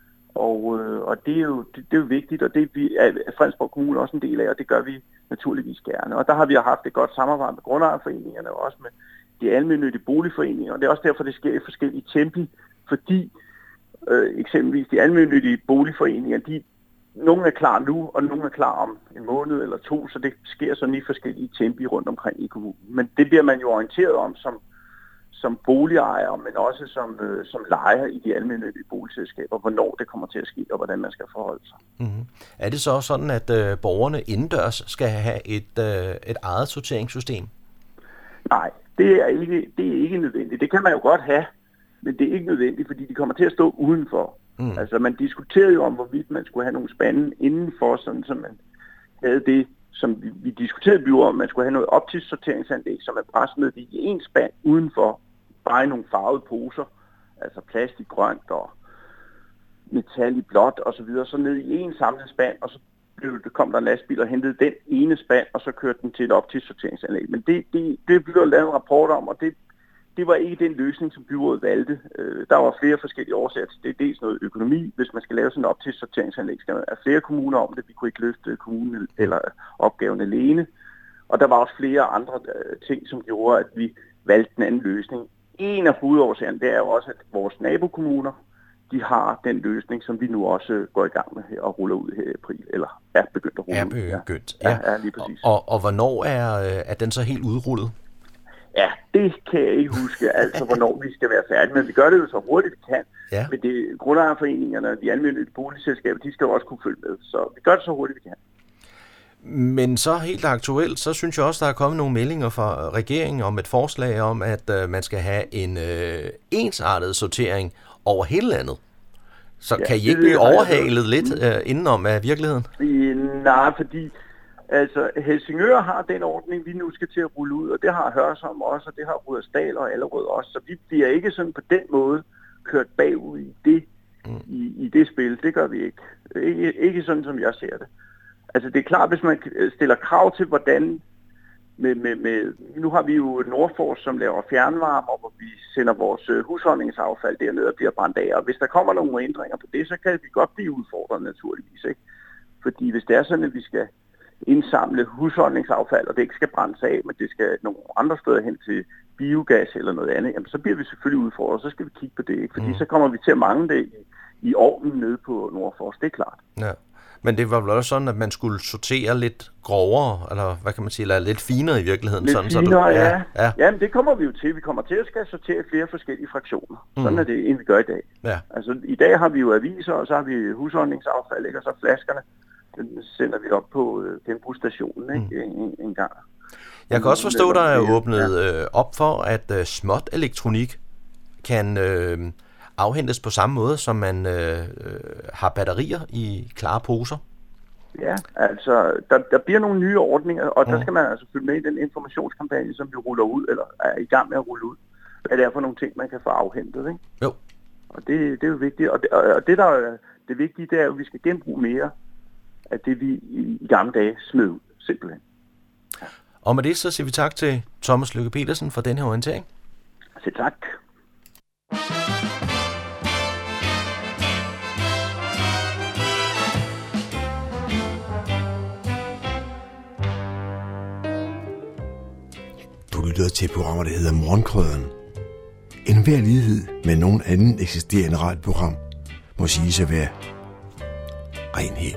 Og det er jo vigtigt, og det er Fredensborg Kommune også en del af, og det gør vi naturligvis gerne. Og der har vi haft et godt samarbejde med grundejerforeningerne og også med de almennyttige boligforeninger, og det er også derfor, det sker i forskellige tempi, fordi eksempelvis de almennyttige boligforeninger, nogle er klar nu, og nogle er klar om en måned eller 2, så det sker sådan i forskellige tempi rundt omkring i kommunen. Men det bliver man jo orienteret om som boligejer, men også som lejer i de almennyttige boligselskaber, hvornår det kommer til at ske, og hvordan man skal forholde sig. Mm-hmm. Er det så sådan, at borgerne indendørs skal have et eget sorteringssystem? Nej, det er ikke nødvendigt. Det kan man jo godt have, men det er ikke nødvendigt, fordi de kommer til at stå udenfor. Altså, man diskuterede jo om, hvorvidt man skulle have nogle spande indenfor, sådan som man havde det, som vi diskuterede i byrådet, om man skulle have noget optisk sorteringsanlæg, som er presset ned i en spand udenfor, bare i nogle farvede poser, altså plastik grønt og metal i blåt og så videre, så ned i en samlet spand, og så kom der en lastbil og hentede den ene spand, og så kørte den til et optisk sorteringsanlæg. Men det blev der lavet en rapport om, og det var ikke den løsning, som byrådet valgte. Der var flere forskellige årsager til det. Dels noget økonomi. Hvis man skal lave sådan en optisk sorteringsanlæg, skal man have flere kommuner om det. Vi kunne ikke løfte kommunen eller opgaven alene. Og der var også flere andre ting, som gjorde, at vi valgte den anden løsning. En af hovedårsagerne, det er jo også, at vores nabokommuner, de har den løsning, som vi nu også går i gang med her og ruller ud her i april, eller er begyndt at rulle ud. Ja, lige præcis. Og hvornår er den så helt udrullet? Ja, det kan jeg ikke huske, altså hvornår vi skal være færdige, men vi gør det jo så hurtigt vi kan. Ja. Men det grundejerforeningerne og de almindelige boligselskaber, de skal jo også kunne følge med, så vi gør det så hurtigt vi kan. Men så helt aktuelt, så synes jeg også, der er kommet nogle meldinger fra regeringen om et forslag om, at man skal have en ensartet sortering over hele landet. Så kan I ikke blive overhalet lidt indenom af virkeligheden? Nej, fordi altså, Helsingør har den ordning, vi nu skal til at rulle ud, og det har Hørsholm også, og det har Rudersdal og Allerød også, så vi bliver ikke sådan på den måde kørt bagud i det, i det spil. Det gør vi ikke. Ikke sådan, som jeg ser det. Altså, det er klart, hvis man stiller krav til, hvordan nu har vi jo Nordfors, som laver fjernvarme, hvor vi sender vores husholdningsaffald dernede og bliver brændt af. Og hvis der kommer nogle ændringer på det, så kan vi godt blive udfordret naturligvis, ikke? Fordi hvis det er sådan, at vi skal indsamle husholdningsaffald, og det ikke skal brændes af, men det skal nogle andre steder hen til biogas eller noget andet, jamen, så bliver vi selvfølgelig udfordret, og så skal vi kigge på det, ikke? Fordi så kommer vi til at mangle det i ovnen nede på Nordfors, det er klart. Ja. Men det var vel også sådan, at man skulle sortere lidt grovere, eller hvad kan man sige, eller lidt finere i virkeligheden? Lidt sådan, finere, ja. Jamen, det kommer vi jo til. Vi kommer til at skal sortere flere forskellige fraktioner. Sådan er det, end vi gør i dag. Ja. Altså, i dag har vi jo aviser, og så har vi husholdningsaffald, ikke? Og så flaskerne, den sender vi op på genbrugsstationen, ikke? En gang. Jeg kan også forstå, der er åbnet op for, at småt elektronik kan afhentes på samme måde, som man har batterier i klare poser. Ja, altså, der bliver nogle nye ordninger, og der skal man altså følge med i den informationskampagne, som vi ruller ud, eller er i gang med at rulle ud. Hvad det er for nogle ting, man kan få afhentet, ikke? Jo. Og det er jo vigtigt. Og det, der er det vigtige, det er jo, at vi skal genbruge mere af det, vi i gamle dage smed ud, simpelthen. Ja. Og med det, så siger vi tak til Thomas Lykke Petersen for den her orientering. Selv tak. Du lytter til programmer, der hedder Morgenkrøderen. En hver lighed med nogen anden eksisterende radioprogram må siges at være ren hel.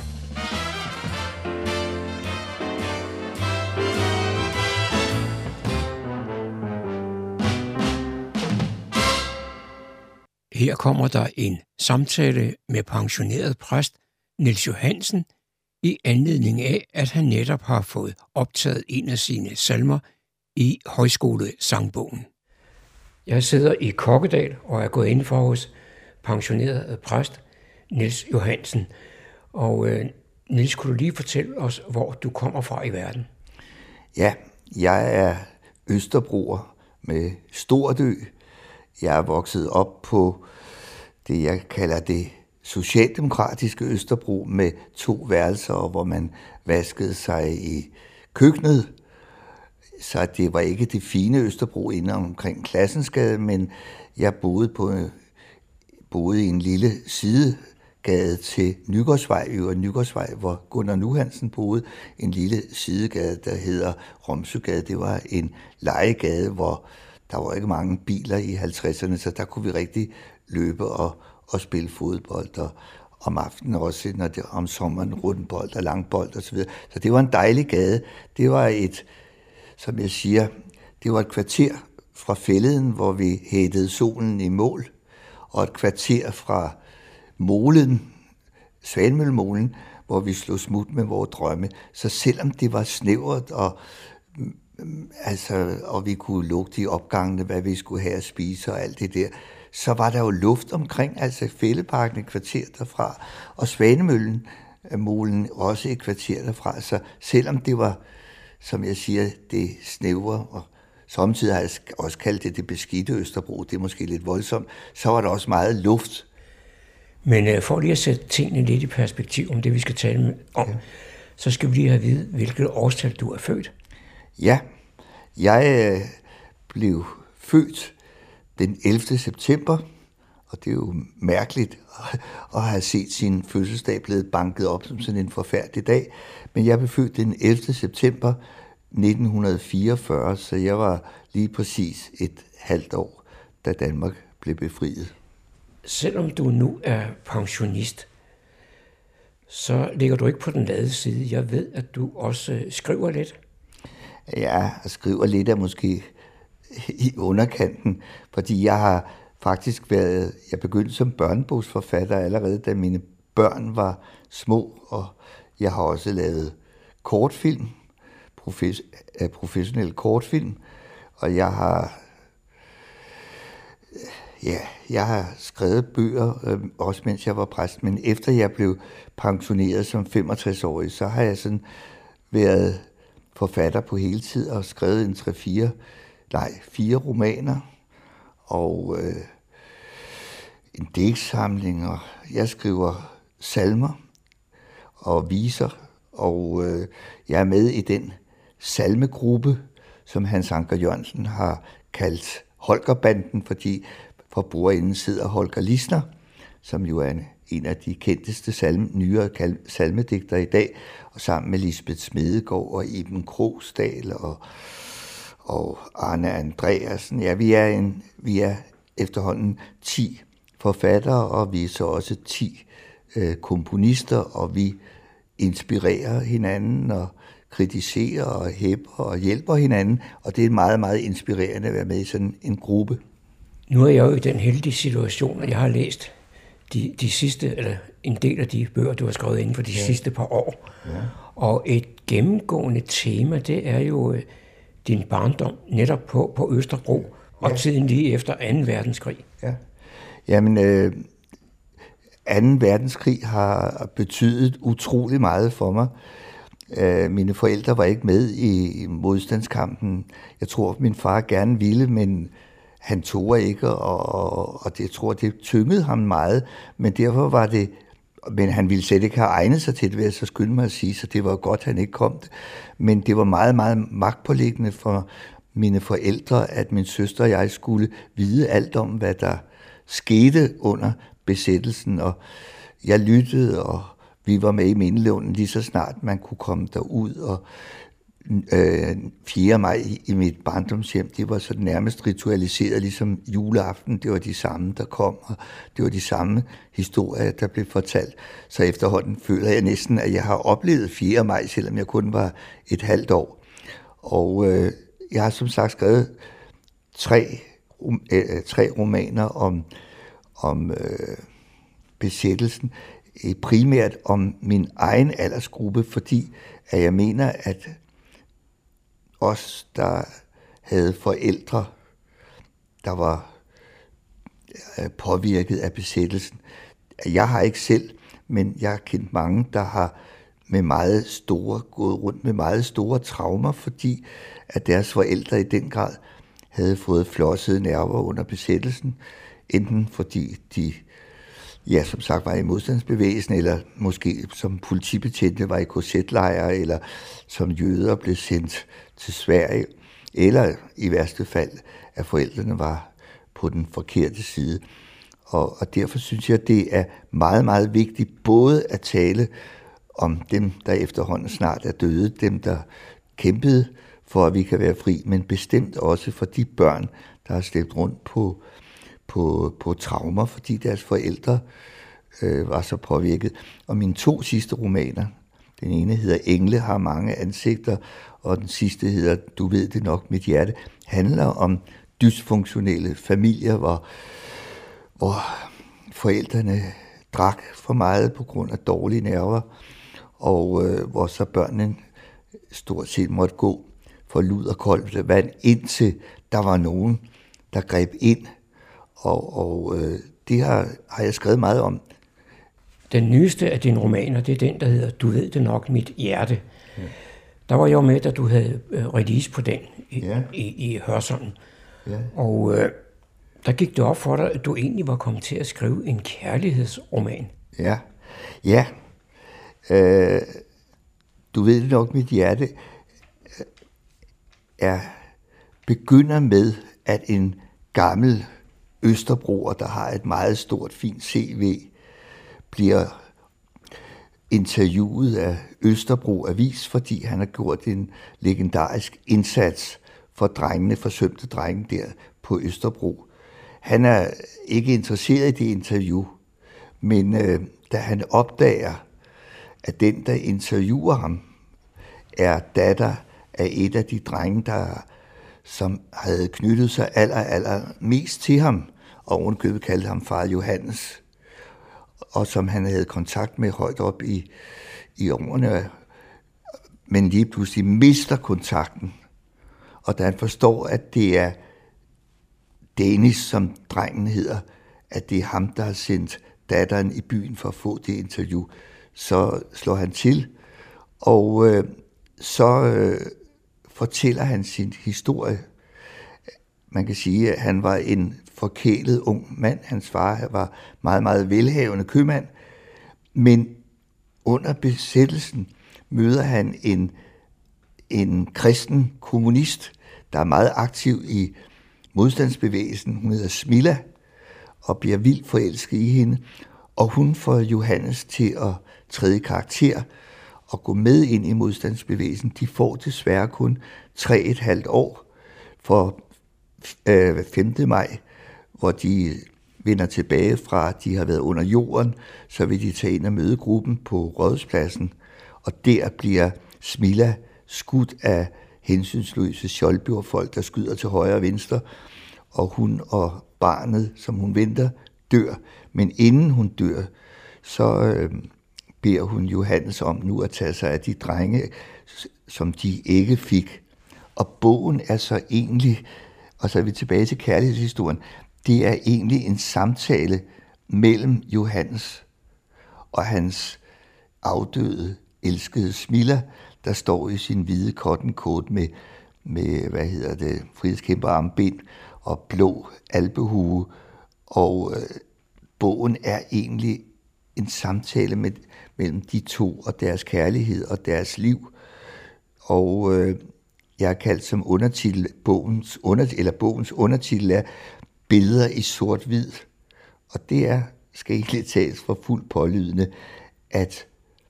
Her kommer der en samtale med pensioneret præst Niels Johansen i anledning af, at han netop har fået optaget en af sine salmer i Højskolesangbogen. Jeg sidder i Kokkedal og er gået ind for hos pensioneret præst Niels Johansen. Og Niels, kunne du lige fortælle os, hvor du kommer fra i verden? Ja, jeg er østerbroer med Stordø. Jeg er vokset op på det, jeg kalder det socialdemokratiske Østerbro med 2 værelser, hvor man vaskede sig i køkkenet. Så det var ikke det fine Østerbro inde omkring Klassensgade, men jeg boede i en lille sidegade til Nygårdsvej, Øvre Nygårdsvej, hvor Gunnar Nuhansen boede. En lille sidegade, der hedder Romsøgade. Det var en legegade, hvor der var ikke mange biler i 50'erne, så der kunne vi rigtig løbe og spille fodbold, og om aftenen også, når det om sommeren rundbold og langbold osv. Så det var en dejlig gade. Det var som jeg siger, det var et kvarter fra Fælleden, hvor vi hættede solen i mål, og et kvarter fra Molen, Svanemøllemolen, hvor vi slog smut med vores drømme. Så selvom det var snævert, og vi kunne lugte i opgangene, hvad vi skulle have at spise og alt det der, så var der jo luft omkring, altså Fælledparken et kvarter derfra, og Svanemøllen, molen også et kvarter derfra. Så selvom det var, som jeg siger, det snævre, og samtidig har jeg også kaldt det beskidte Østerbro, det er måske lidt voldsomt, så var der også meget luft. Men for lige at sætte tingene lidt i perspektiv om det, vi skal tale om, så skal vi lige have at vide, hvilket årstal du er født. Ja, jeg blev født den 11. september, og det er jo mærkeligt at have set sin fødselsdag blevet banket op som sådan en forfærdelig dag. Men jeg blev født den 11. september 1944, så jeg var lige præcis et halvt år, da Danmark blev befriet. Selvom du nu er pensionist, så ligger du ikke på den lade side. Jeg ved, at du også skriver lidt. Ja, jeg skriver lidt af måske i underkanten, fordi jeg har faktisk jeg begyndte som børnebogsforfatter allerede, da mine børn var små, og jeg har også lavet kortfilm, professionelle kortfilm, og jeg Ja, jeg har skrevet bøger, også mens jeg var præst, men efter jeg blev pensioneret som 65-årig, så har jeg sådan været forfatter på hele tid og skrevet 4 romaner og en digtsamling, og jeg skriver salmer og viser, og jeg er med i den salmegruppe, som Hans Anker Jørgensen har kaldt Holgerbanden, fordi for bordenden sidder Holger Lisner, som jo er en af de kendteste nyere salmedigtere i dag, og sammen med Lisbeth Smedegaard og Iben Krogsdal og Arne Andreasen. Ja, vi er efterhånden 10 forfattere, og vi er så også 10 komponister, og vi inspirerer hinanden og kritiserer og hæpper og hjælper hinanden, og det er meget, meget inspirerende at være med i sådan en gruppe. Nu er jeg jo i den heldige situation, at jeg har læst de sidste, eller en del af de bøger, du har skrevet inden for de sidste par år. Ja. Og et gennemgående tema, det er jo din barndom netop på Østerbro, og tiden lige efter 2. verdenskrig. Ja. Jamen, 2. verdenskrig har betydet utrolig meget for mig. Mine forældre var ikke med i modstandskampen. Jeg tror, min far gerne ville, men han tog ikke, og det, jeg tror, det tyngede ham meget. Men derfor var det, men han ville slet ikke have egnet sig til det, vil jeg så skynde mig at sige, så det var godt, han ikke kom. Men det var meget, meget magtpåliggende for mine forældre, at min søster og jeg skulle vide alt om, hvad der skete under besættelsen, og jeg lyttede, og vi var med i Mindelunden lige så snart man kunne komme derud, og 4. maj i mit barndomshjem, det var så nærmest ritualiseret, ligesom juleaften, det var de samme, der kom, og det var de samme historier, der blev fortalt. Så efterhånden føler jeg næsten, at jeg har oplevet 4. maj, selvom jeg kun var et halvt år. Og jeg har som sagt skrevet 3 romaner om besættelsen, primært om min egen aldersgruppe, fordi at jeg mener, at os, der havde forældre, der var påvirket af besættelsen. Jeg har ikke selv, men jeg har kendt mange, der har gået rundt med meget store traumer, fordi at deres forældre i den grad havde fået flossede nerver under besættelsen, enten fordi de som sagt var i modstandsbevægelsen, eller måske som politibetjente var i KZ-lejre, eller som jøder blev sendt til Sverige, eller i værste fald, at forældrene var på den forkerte side. Og derfor synes jeg, det er meget, meget vigtigt både at tale om dem, der efterhånden snart er døde, dem, der kæmpede for, at vi kan være fri, men bestemt også for de børn, der har slæbt rundt på traumer, fordi deres forældre var så påvirket. Og mine 2 sidste romaner, den ene hedder Engle har mange ansigter, og den sidste hedder Du ved det nok, mit hjerte, handler om dysfunktionelle familier, hvor forældrene drak for meget på grund af dårlige nerver, og hvor så børnene stort set måtte gå for lud og koldt vand, indtil der var nogen, der greb ind. Og det har jeg skrevet meget om. Den nyeste af dine romaner, det er den, der hedder Du ved det nok, mit hjerte. Ja. Der var jeg jo med, da du havde release på den i Hørsholm. Ja. Og der gik det op for dig, at du egentlig var kommet til at skrive en kærlighedsroman. Ja. Du ved det nok, mit hjerte begynder med, at en gammel østerbroer, der har et meget stort, fint CV, bliver interviewet af Østerbro Avis, fordi han har gjort en legendarisk indsats for forsømte drenge der på Østerbro. Han er ikke interesseret i det interview, men da han opdager, at den, der interviewer ham, er datter af et af de drenge, som havde knyttet sig allermest til ham, og ovenkøbet kaldte ham far Johannes, og som han havde kontakt med højt op i årene, men lige pludselig mister kontakten. Og da han forstår, at det er Dennis, som drengen hedder, at det er ham, der har sendt datteren i byen for at få det interview. Så slår han til, og så fortæller han sin historie. Man kan sige, at han var en forkælet ung mand. Hans far var meget, meget velhavende købmand. Men under besættelsen møder han en kristen kommunist, der er meget aktiv i modstandsbevægelsen. Hun hedder Smilla og bliver vildt forelsket i hende. Og hun får Johannes til at træde karakter og gå med ind i modstandsbevægelsen. De får desværre kun 3,5 år for 5. maj, hvor de vender tilbage fra, at de har været under jorden, så vil de tage ind og møde gruppen på Rådhuspladsen, og der bliver Smilla skudt af hensynsløse Skjoldbjørg-folk, der skyder til højre og venstre, og hun og barnet, som hun venter, dør. Men inden hun dør, så beder hun Johannes om nu at tage sig af de drenge, som de ikke fik. Og bogen er så egentlig, og så er vi tilbage til kærlighedshistorien, det er egentlig en samtale mellem Johannes og hans afdøde, elskede Smilla, der står i sin hvide cotton coat med frihedskæmperarmbind og blå alpehue. Og bogen er egentlig en samtale mellem de to og deres kærlighed og deres liv. Og jeg har kaldt som undertitel, bogens undertitel er Billeder i sort-hvid. Og det skal egentlig tages for fuldt pålydende, at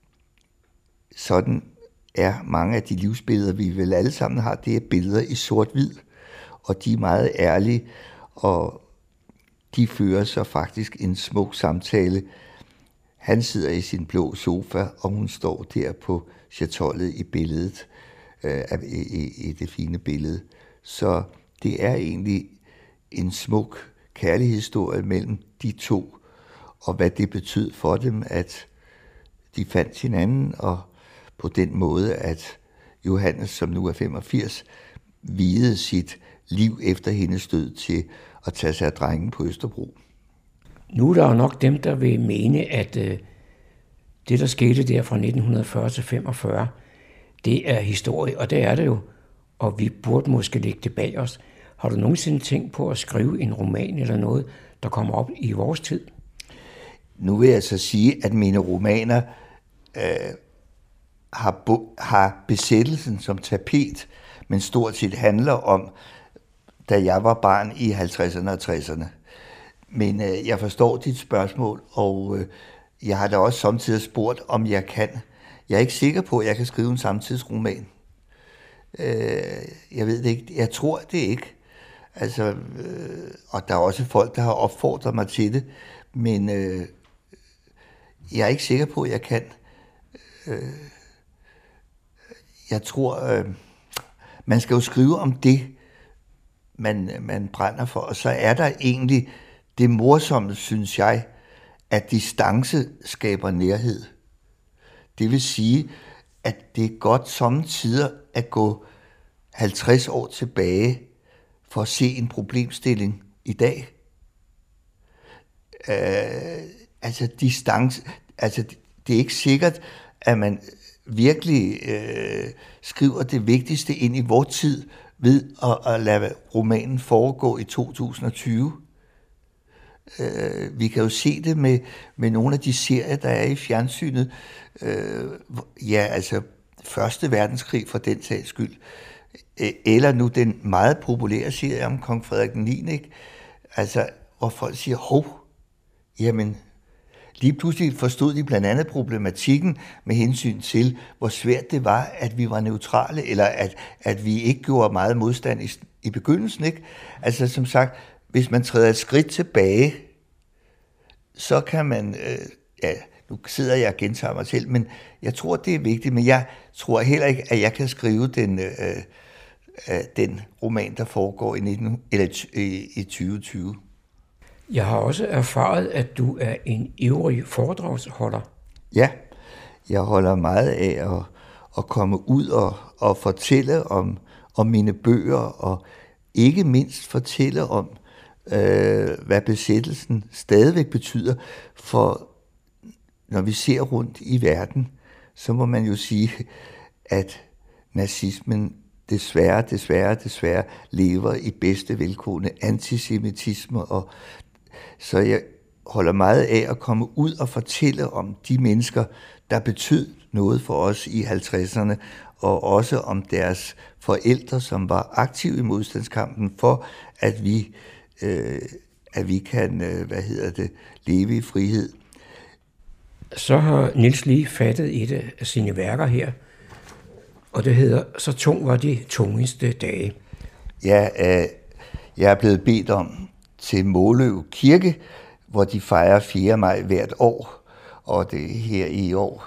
sådan er mange af de livsbilleder, vi vel alle sammen har, det er billeder i sort-hvid. Og de er meget ærlige, og de fører så faktisk en smuk samtale. Han sidder i sin blå sofa, og hun står der på chatollet i billedet, i det fine billede. Så det er egentlig en smuk kærlighedshistorie mellem de to, og hvad det betød for dem, at de fandt hinanden, og på den måde, at Johannes, som nu er 85, vigede sit liv efter hendes død til at tage sig af drengen på Østerbro. Nu er der jo nok dem, der vil mene, at det, der skete der fra 1940 til 45, det er historie, og det er det jo, og vi burde måske lægge det bag os. Har du nogensinde tænkt på at skrive en roman eller noget, der kommer op i vores tid? Nu vil jeg så sige, at mine romaner har besættelsen som tapet, men stort set handler om, da jeg var barn i 50'erne og 60'erne. Men jeg forstår dit spørgsmål, og jeg har da også samtidig spurgt, om jeg kan. Jeg er ikke sikker på, at jeg kan skrive en samtidsroman. Jeg ved det ikke. Jeg tror det ikke. Altså, og der er også folk, der har opfordret mig til det, men jeg er ikke sikker på, at jeg kan. Jeg tror, man skal jo skrive om det, man brænder for, og så er der egentlig det morsomme, synes jeg, at distance skaber nærhed. Det vil sige, at det er godt sommetider at gå 50 år tilbage for at se en problemstilling i dag. Altså distance, altså det er ikke sikkert, at man virkelig skriver det vigtigste ind i vores tid ved at lade romanen foregå i 2020. Vi kan jo se det med nogle af de serier, der er i fjernsynet. Ja, altså Første Verdenskrig for den sags skyld. Eller nu den meget populære serie om kong Frederik 9. Ikke? Altså, hvor folk siger, hov, jamen, lige pludselig forstod de blandt andet problematikken med hensyn til, hvor svært det var, at vi var neutrale, eller at vi ikke gjorde meget modstand i begyndelsen. Ikke? Altså, som sagt, hvis man træder et skridt tilbage, så kan man, nu sidder jeg og gentager mig selv, men jeg tror, det er vigtigt, men jeg tror heller ikke, at jeg kan skrive den roman, der foregår i 2020. Jeg har også erfaret, at du er en ivrig foredragsholder. Ja, jeg holder meget af at komme ud og fortælle om mine bøger, og ikke mindst fortælle om, hvad besættelsen stadigvæk betyder, for når vi ser rundt i verden, så må man jo sige, at nazismen desværre lever i bedste velgående antisemitisme, og så jeg holder meget af at komme ud og fortælle om de mennesker, der betød noget for os i 50'erne, og også om deres forældre, som var aktive i modstandskampen for, at vi kan leve i frihed. Så har Niels lige fattet et af sine værker her, og det hedder Så tung var de tungeste dage. Ja, jeg er blevet bedt om til Måløv Kirke, hvor de fejrer 4. maj hvert år, og det her i år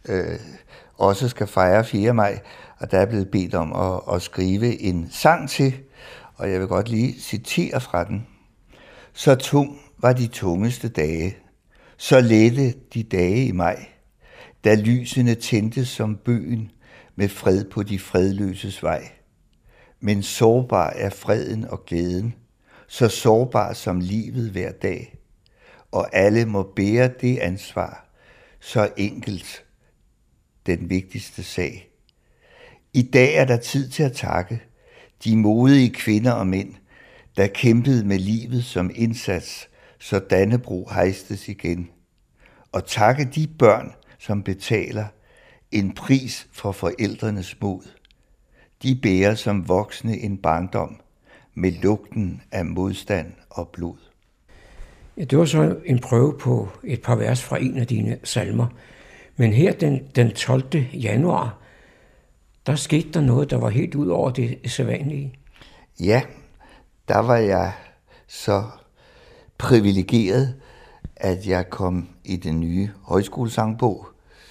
også skal fejre 4. maj, og der er blevet bedt om at skrive en sang til, og jeg vil godt lige citere fra den. Så tung var de tungeste dage, så lette de dage i maj, da lysene tændtes som bøgen med fred på de fredløses vej. Men sårbar er freden og glæden, så sårbar som livet hver dag, og alle må bære det ansvar, så enkelt den vigtigste sag. I dag er der tid til at takke de modige kvinder og mænd, der kæmpede med livet som indsats, så Dannebrog hejstes igen. Og takke de børn, som betaler en pris for forældrenes mod. De bærer som voksne en barndom med lugten af modstand og blod. Ja, det var så en prøve på et par vers fra en af dine salmer. Men her den 12. januar, der skete der noget, der var helt ud over det sædvanlige. Ja, der var jeg så privilegeret, at jeg kom i den nye højskolesangbog.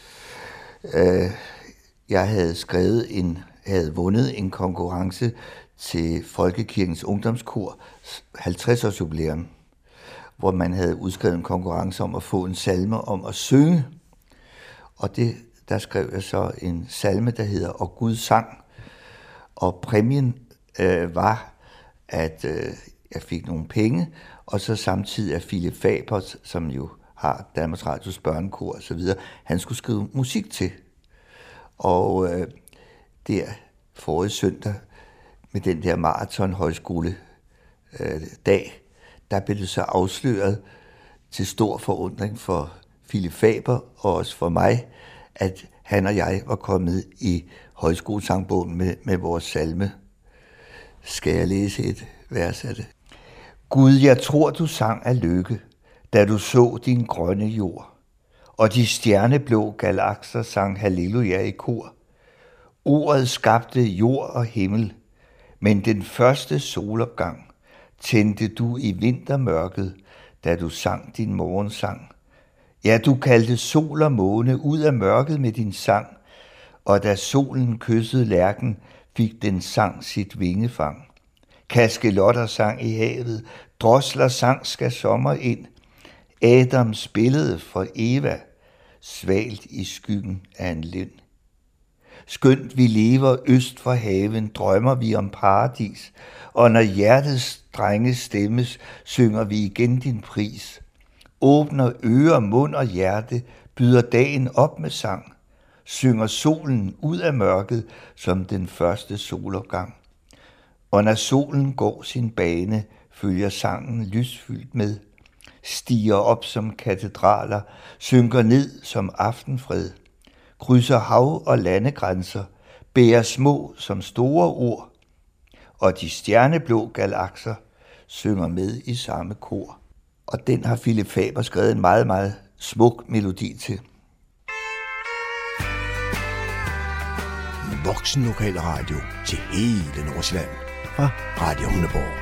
Jeg havde vundet en konkurrence til Folkekirkens Ungdomskor 50-års jubilæum, hvor man havde udskrevet en konkurrence om at få en salme om at synge. Og der skrev jeg så en salme, der hedder Og Gud sang. Og præmien var, at jeg fik nogle penge, og så samtidig at Philip Faber, som jo har Danmarks Radios børnekor og så videre, han skulle skrive musik til. Og der forrige søndag med den der maratonhøjskole dag, der blev det så afsløret til stor forundring for Philip Faber og også for mig, at han og jeg var kommet i højskolesangbogen med vores salme. Skal jeg læse et vers af det? Gud, jeg tror, du sang af lykke, da du så din grønne jord, og de stjerneblå galakser sang halleluja i kor. Ordet skabte jord og himmel, men den første solopgang tændte du i vintermørket, da du sang din morgensang. Ja, du kaldte sol og måne ud af mørket med din sang, og da solen kyssede lærken, fik den sang sit vingefang. Kaskelotter sang i havet, drosler sang skal sommer ind. Adam spillede for Eva, svalt i skyggen af en lind. Skønt vi lever øst for haven, drømmer vi om paradis, og når hjertets drenge stemmes, synger vi igen din pris. Åbner øre, mund og hjerte, byder dagen op med sang, synger solen ud af mørket som den første solopgang. Og når solen går sin bane, følger sangen lysfyldt med, stiger op som katedraler, synker ned som aftenfred, krydser hav- og landegrænser, bærer små som store ord, og de stjerneblå galakser synger med i samme kor. Og den har Philip Faber skrevet en meget, meget smuk melodi til. Voksen lokal radio til hele Nordsjælland fra Radio Humleborg.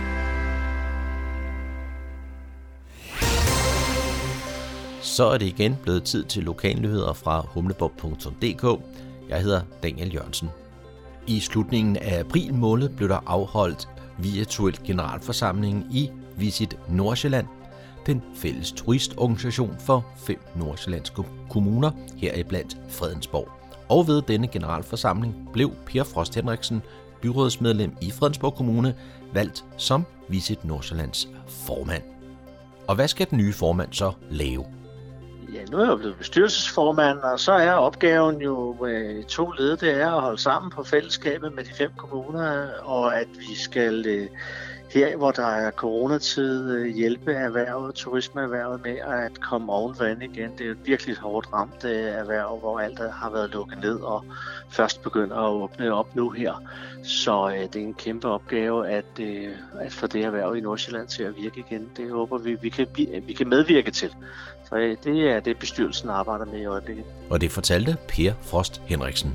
Så er det igen blevet tid til lokalnyheder fra humleborg.dk. Jeg hedder Daniel Jørgensen. I slutningen af april måned blev der afholdt virtuel generalforsamling i Visit Nordsjælland, den fælles turistorganisation for 5 nordsjællandske kommuner, heriblandt Fredensborg. Og ved denne generalforsamling blev Per Frost Henriksen byrådsmedlem i Fredensborg Kommune, valgt som Visit Nordsjællands formand. Og hvad skal den nye formand så lave? Ja, nu er jeg blevet bestyrelsesformand, og så er opgaven jo med 2 led, det er at holde sammen på fællesskabet med de 5 kommuner, og at vi skal her, hvor der er coronatid, hjælpe erhvervet, turismeerhvervet med at komme oven vand igen. Det er jo et virkelig hårdt ramt erhverv, hvor alt har været lukket ned og først begynder at åbne op nu her. Så det er en kæmpe opgave at få det erhverv i Nordsjælland til at virke igen. Det håber vi kan medvirke til. Så det er det, bestyrelsen arbejder med i øjeblikket. Og det fortalte Per Frost Henriksen.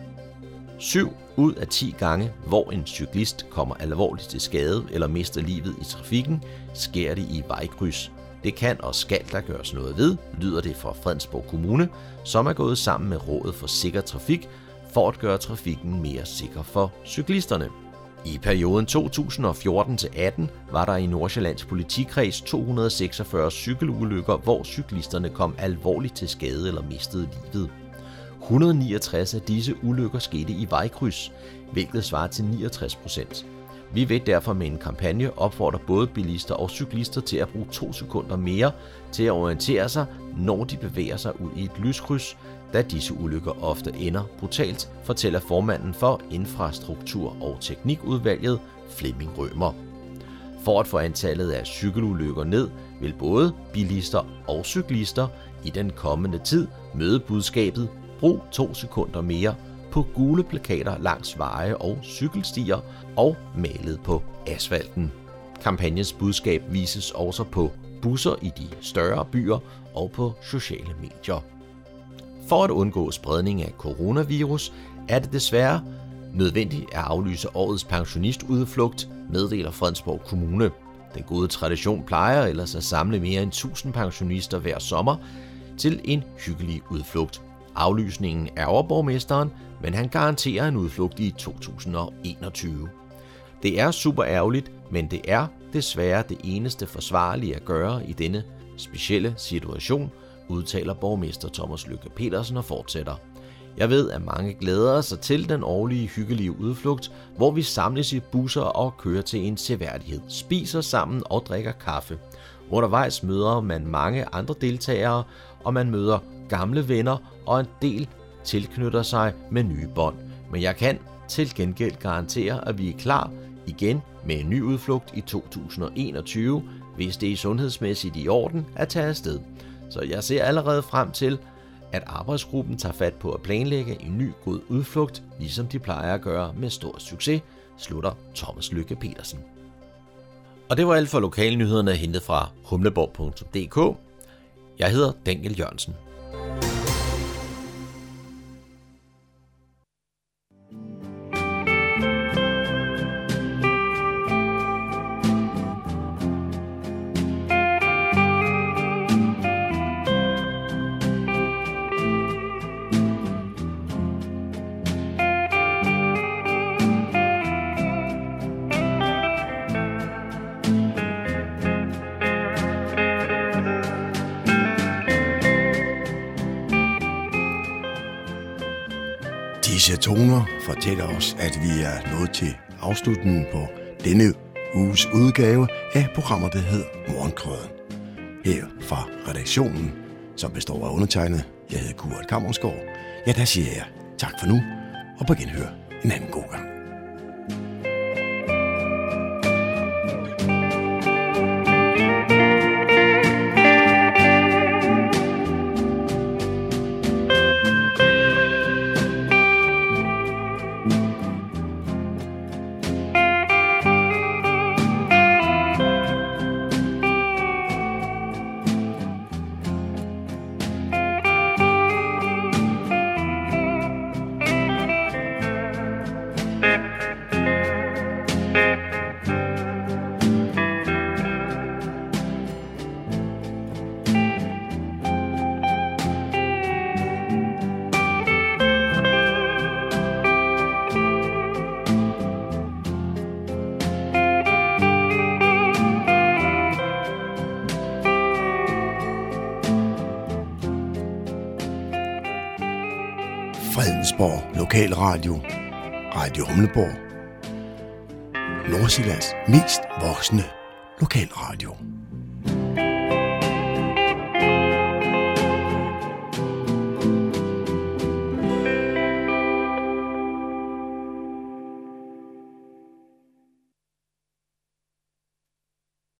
7 ud af 10 gange, hvor en cyklist kommer alvorligt til skade eller mister livet i trafikken, sker det i vejkryds. Det kan og skal der gøres noget ved, lyder det fra Fredensborg Kommune, som er gået sammen med Rådet for Sikker Trafik for at gøre trafikken mere sikker for cyklisterne. I perioden 2014-18 var der i Nordsjællands politikreds 246 cykelulykker, hvor cyklisterne kom alvorligt til skade eller mistede livet. 169 af disse ulykker skete i vejkryds, hvilket svarer til 69%. Vi vil derfor med en kampagne opfordre både bilister og cyklister til at bruge 2 sekunder mere til at orientere sig, når de bevæger sig ud i et lyskryds, da disse ulykker ofte ender brutalt, fortæller formanden for Infrastruktur- og Teknikudvalget, Flemming Rømer. For at få antallet af cykelulykker ned, vil både bilister og cyklister i den kommende tid møde budskabet brug 2 sekunder mere på gule plakater langs veje og cykelstier og malet på asfalten. Kampagnens budskab vises også på busser i de større byer og på sociale medier. For at undgå spredning af coronavirus er det desværre nødvendigt at aflyse årets pensionistudflugt, meddeler Fredensborg Kommune. Den gode tradition plejer ellers at samle mere end 1000 pensionister hver sommer til en hyggelig udflugt. Aflysningen er over borgmesteren, men han garanterer en udflugt i 2021. Det er super ærgerligt, men det er desværre det eneste forsvarlige at gøre i denne specielle situation, udtaler borgmester Thomas Lykke Petersen og fortsætter. Jeg ved, at mange glæder sig til den årlige hyggelige udflugt, hvor vi samles i busser og kører til en seværdighed, spiser sammen og drikker kaffe. Undervejs møder man mange andre deltagere, og man møder gamle venner, og en del tilknytter sig med nye bånd. Men jeg kan til gengæld garantere, at vi er klar igen med en ny udflugt i 2021, hvis det er sundhedsmæssigt i orden at tage afsted. Så jeg ser allerede frem til, at arbejdsgruppen tager fat på at planlægge en ny god udflugt, ligesom de plejer at gøre med stor succes, slutter Thomas Lykke Petersen. Og det var alt for lokalnyhederne hentet fra humleborg.dk. Jeg hedder Daniel Jørgensen. Disse toner fortæller os, at vi er nået til afslutningen på denne uges udgave af programmet, der hedder Morgenkrøden. Her fra redaktionen, som består af undertegnet, jeg hedder Kurt Kammersgaard. Ja, der siger jeg tak for nu, og på genhør en anden god gang. Fredensborg Lokalradio, Radio Humleborg, Nordsjællands mest voksne lokalradio.